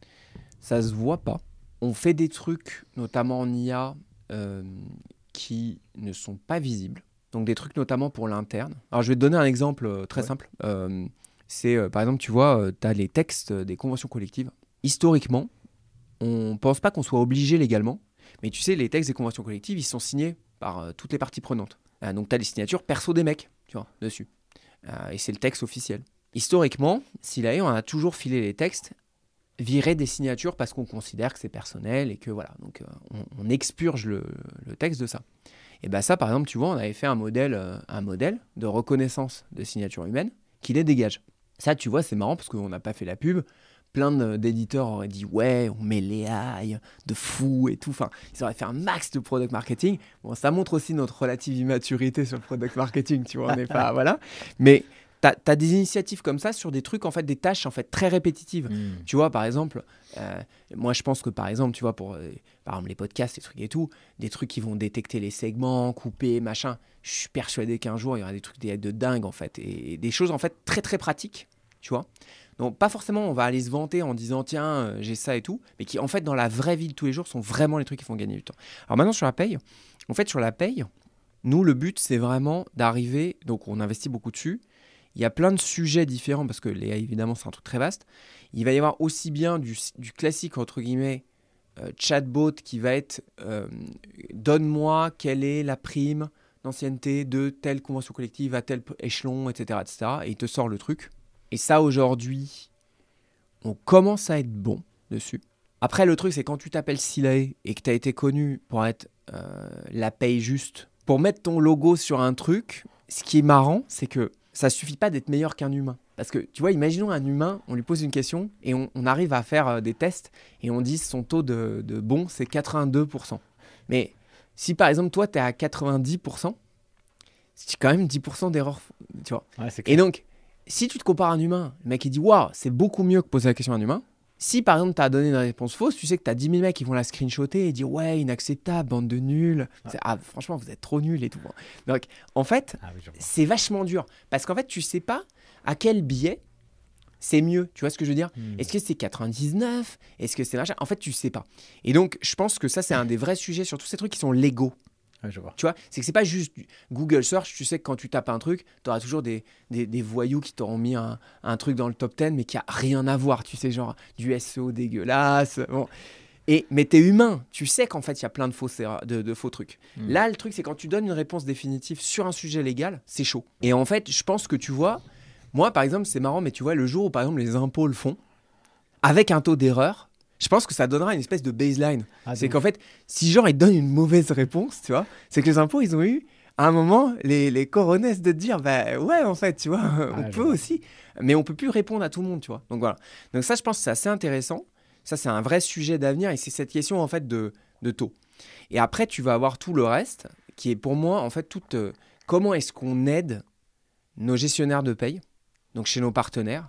ça se voit pas. On fait des trucs, notamment en I A, euh, qui ne sont pas visibles. Donc, des trucs notamment pour l'interne. Alors, je vais te donner un exemple euh, très Ouais. simple. Euh, c'est, euh, par exemple, tu vois, euh, tu as les textes des conventions collectives. Historiquement, on ne pense pas qu'on soit obligé légalement. Mais tu sais, les textes des conventions collectives, ils sont signés par euh, toutes les parties prenantes. Euh, donc, tu as les signatures perso des mecs, tu vois, dessus. Euh, et c'est le texte officiel. Historiquement, si la on a toujours filé les textes, virer des signatures parce qu'on considère que c'est personnel et que voilà, donc euh, on, on expurge le, le texte de ça. Et bien ça, par exemple, tu vois, on avait fait un modèle, euh, un modèle de reconnaissance de signature humaine qui les dégage. Ça, tu vois, c'est marrant parce qu'on n'a pas fait la pub. Plein de, d'éditeurs auraient dit ouais, on met les A I de fou et tout. Enfin, ils auraient fait un max de product marketing. Bon, ça montre aussi notre relative immaturité sur le product marketing, tu vois, on n'est pas voilà. Mais T'as, t'as des initiatives comme ça sur des trucs, en fait, des tâches en fait très répétitives. Mmh. Tu vois, par exemple, euh, moi je pense que par exemple, tu vois, pour euh, par exemple les podcasts, les trucs et tout, des trucs qui vont détecter les segments, couper, machin. Je suis persuadé qu'un jour il y aura des trucs de, de dingue en fait, et, et des choses en fait très très pratiques, tu vois. Donc pas forcément on va aller se vanter en disant tiens euh, j'ai ça et tout, mais qui en fait dans la vraie vie de tous les jours sont vraiment les trucs qui font gagner du temps. Alors maintenant sur la paye, en fait sur la paye, nous le but c'est vraiment d'arriver, donc on investit beaucoup dessus. Il y a plein de sujets différents parce que les A I, évidemment, c'est un truc très vaste. Il va y avoir aussi bien du, du classique, entre guillemets, euh, chatbot qui va être euh, donne-moi quelle est la prime d'ancienneté de telle convention collective à tel échelon, et cetera, et cetera. Et il te sort le truc. Et ça, aujourd'hui, on commence à être bon dessus. Après, le truc, c'est quand tu t'appelles Silae et que tu as été connu pour être euh, la paye juste, pour mettre ton logo sur un truc, ce qui est marrant, c'est que ça suffit pas d'être meilleur qu'un humain. Parce que, tu vois, imaginons un humain, on lui pose une question et on, on arrive à faire euh, des tests et on dit son taux de, de bon, c'est quatre-vingt-deux pour cent. Mais si, par exemple, toi, tu es à quatre-vingt-dix pour cent, c'est quand même dix pour cent d'erreur, tu vois. Ouais, c'est clair. Et donc, si tu te compares à un humain, le mec, il dit « Waouh, c'est beaucoup mieux que poser la question à un humain », si par exemple tu as donné une réponse fausse, tu sais que tu as dix mille mecs qui vont la screenshotter et dire ouais, inacceptable, bande de nuls. Ouais. Ah, franchement, vous êtes trop nuls et tout. Donc en fait, Ah oui, je vois. c'est vachement dur parce qu'en fait, tu sais pas à quel biais c'est mieux. Tu vois ce que je veux dire? Hmm. Est-ce que c'est quatre-vingt-dix-neuf? Est-ce que c'est machin? En fait, tu sais pas. Et donc, je pense que ça, c'est un des vrais sujets sur tous ces trucs qui sont légaux. Ouais, je vois. Tu vois, c'est que c'est pas juste du Google Search. Tu sais que quand tu tapes un truc, tu auras toujours des, des, des voyous qui t'auront mis un, un truc dans le top dix, mais qui a rien à voir. Tu sais, genre du S E O dégueulasse. Bon. Et, mais t'es humain. Tu sais qu'en fait, il y a plein de faux, de, de faux trucs. Mm. Là, le truc, c'est quand tu donnes une réponse définitive sur un sujet légal, c'est chaud. Et en fait, je pense que tu vois, moi, par exemple, c'est marrant, mais tu vois, le jour où, par exemple, les impôts le font, avec un taux d'erreur, je pense que ça donnera une espèce de baseline. Ah, C'est de qu'en fait, si genre ils te donnent une mauvaise réponse, tu vois, c'est que les impôts, ils ont eu, à un moment, les, les coronesses de te dire, bah ouais, en fait, tu vois, on je peut vois. aussi, mais on peut plus répondre à tout le monde, tu vois. Donc voilà. Donc ça, je pense que c'est assez intéressant. Ça, c'est un vrai sujet d'avenir et c'est cette question, en fait, de, de taux. Et après, tu vas avoir tout le reste, qui est pour moi, en fait, toute, euh, comment est-ce qu'on aide nos gestionnaires de paye, donc chez nos partenaires,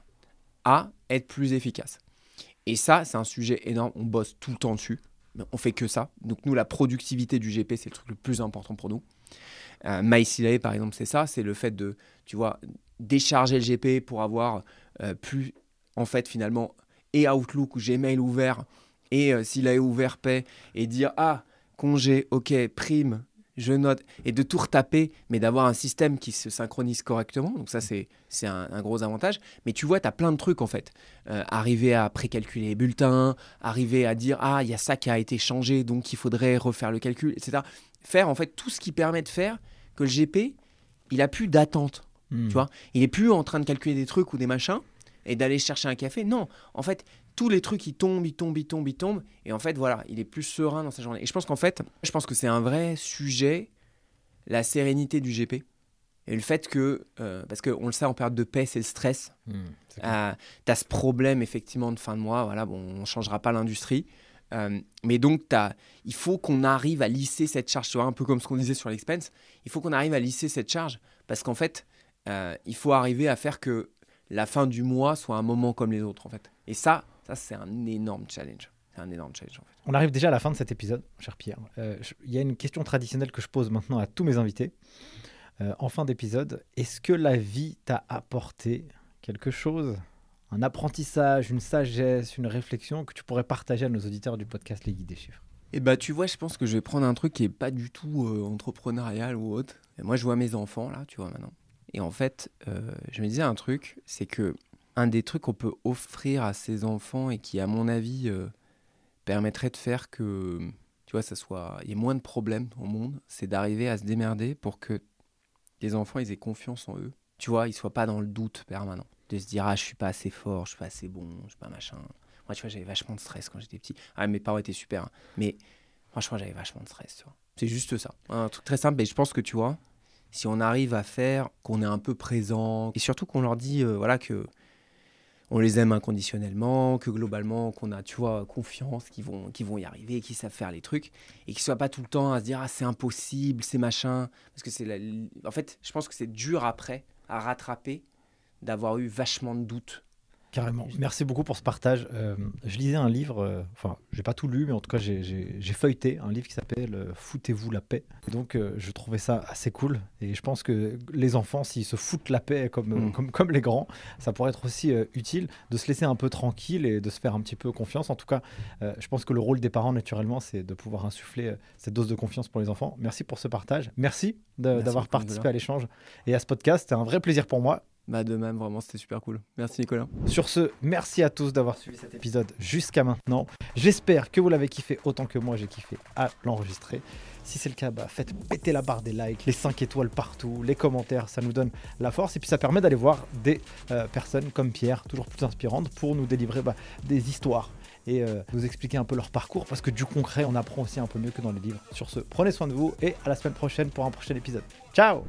à être plus efficaces. Et ça, c'est un sujet énorme. On bosse tout le temps dessus. On fait que ça. Donc nous, la productivité du G P, c'est le truc le plus important pour nous. Euh, MySilae, par exemple, c'est ça. C'est le fait de, tu vois, décharger le G P pour avoir euh, plus, en fait, finalement, et Outlook ou Gmail ouvert, et euh, Silae ouvert paie, et dire, ah, congé, ok, prime, je note, et de tout retaper, mais d'avoir un système qui se synchronise correctement. Donc ça, c'est, c'est un, un gros avantage. Mais tu vois, tu as plein de trucs, en fait. Euh, arriver à précalculer les bulletins, arriver à dire, ah, il y a ça qui a été changé, donc il faudrait refaire le calcul, et cetera. Faire, en fait, tout ce qui permet de faire que le G P, il a plus d'attente, Hmm. tu vois. Il est plus en train de calculer des trucs ou des machins et d'aller chercher un café. Non, en fait, tous les trucs, ils tombent, ils tombent, ils tombent, ils tombent. Et en fait, voilà, il est plus serein dans sa journée. Et je pense qu'en fait, je pense que c'est un vrai sujet, la sérénité du G P. Et le fait que, euh, parce qu'on le sait, en période de paix, c'est le stress. Hmm, c'est clair. Euh, tu as ce problème, effectivement, de fin de mois. Voilà, bon, on ne changera pas l'industrie. Euh, mais donc, t'as, il faut qu'on arrive à lisser cette charge. Tu vois, un peu comme ce qu'on disait sur l'expense. Il faut qu'on arrive à lisser cette charge. Parce qu'en fait, euh, il faut arriver à faire que la fin du mois soit un moment comme les autres, en fait. Et ça, ça c'est un énorme challenge. C'est un énorme challenge, en fait. On arrive déjà à la fin de cet épisode, cher Pierre. Euh, je- Il y a une question traditionnelle que je pose maintenant à tous mes invités. Euh, en fin d'épisode, est-ce que la vie t'a apporté quelque chose, un apprentissage, une sagesse, une réflexion que tu pourrais partager à nos auditeurs du podcast Les Guides des Chiffres? Et bah, tu vois, je pense que je vais prendre un truc qui est pas du tout euh, entrepreneurial ou autre. Et moi, je vois mes enfants, là, tu vois, maintenant. Et en fait, euh, je me disais un truc, c'est que un des trucs qu'on peut offrir à ses enfants et qui, à mon avis, euh, permettrait de faire que, tu vois, ça soit, il y ait moins de problèmes dans le monde, c'est d'arriver à se démerder pour que les enfants, ils aient confiance en eux. Tu vois, ils soient pas dans le doute permanent. De se dire, ah, je suis pas assez fort, je suis pas assez bon, je suis pas machin. Moi, tu vois, j'avais vachement de stress quand j'étais petit. Ah, mes parents étaient super, hein. Mais franchement, j'avais vachement de stress, tu vois. C'est juste ça. Un truc très simple, mais je pense que, tu vois, si on arrive à faire qu'on est un peu présent, et surtout qu'on leur dit, euh, voilà, que on les aime inconditionnellement, que globalement, qu'on a, tu vois, confiance, qu'ils vont, qu'ils vont y arriver, qu'ils savent faire les trucs, et qu'ils ne soient pas tout le temps à se dire, ah, c'est impossible, c'est machin. Parce que c'est la... En fait, je pense que c'est dur après à rattraper d'avoir eu vachement de doutes. Carrément. Merci beaucoup pour ce partage. Euh, je lisais un livre, euh, enfin, j'ai pas tout lu, mais en tout cas, j'ai, j'ai, j'ai feuilleté un livre qui s'appelle euh, Foutez-vous la paix. Et donc, euh, je trouvais ça assez cool. Et je pense que les enfants, s'ils se foutent la paix comme, euh, Mm. comme, comme les grands, ça pourrait être aussi euh, utile de se laisser un peu tranquille et de se faire un petit peu confiance. En tout cas, euh, je pense que le rôle des parents, naturellement, c'est de pouvoir insuffler euh, cette dose de confiance pour les enfants. Merci pour ce partage. Merci, de- Merci d'avoir beaucoup, participé Nicolas. à l'échange et à ce podcast. C'était un vrai plaisir pour moi. Bah, de même, vraiment, c'était super cool. Merci, Nicolas. Sur ce, merci à tous d'avoir suivi cet épisode jusqu'à maintenant. J'espère que vous l'avez kiffé autant que moi j'ai kiffé à l'enregistrer. Si c'est le cas, bah, faites péter la barre des likes, les cinq étoiles partout, les commentaires, ça nous donne la force. Et puis ça permet d'aller voir des euh, personnes comme Pierre, toujours plus inspirantes, pour nous délivrer bah, des histoires et euh, vous expliquer un peu leur parcours parce que du concret, on apprend aussi un peu mieux que dans les livres. Sur ce, prenez soin de vous et à la semaine prochaine pour un prochain épisode. Ciao!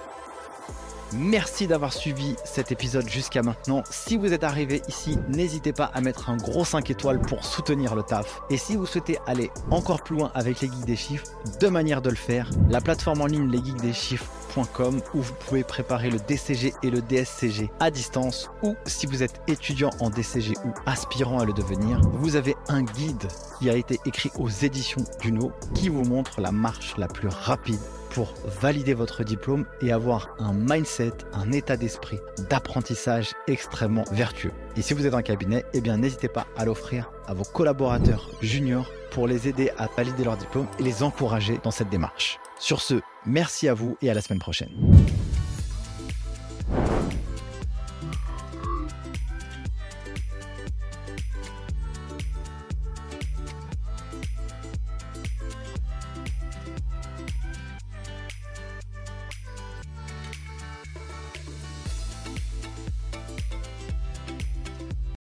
Merci d'avoir suivi cet épisode jusqu'à maintenant. Si vous êtes arrivé ici, n'hésitez pas à mettre un gros cinq étoiles pour soutenir le taf. Et si vous souhaitez aller encore plus loin avec les Geeks des chiffres, deux manières de le faire. La plateforme en ligne les geeks des chiffres point com où vous pouvez préparer le D C G et le D S C G à distance, ou si vous êtes étudiant en D C G ou aspirant à le devenir, vous avez un guide qui a été écrit aux éditions Duno qui vous montre la marche la plus rapide pour valider votre diplôme et avoir un mindset, un état d'esprit d'apprentissage extrêmement vertueux. Et si vous êtes en cabinet, eh bien n'hésitez pas à l'offrir à vos collaborateurs juniors pour les aider à valider leur diplôme et les encourager dans cette démarche. Sur ce, merci à vous et à la semaine prochaine.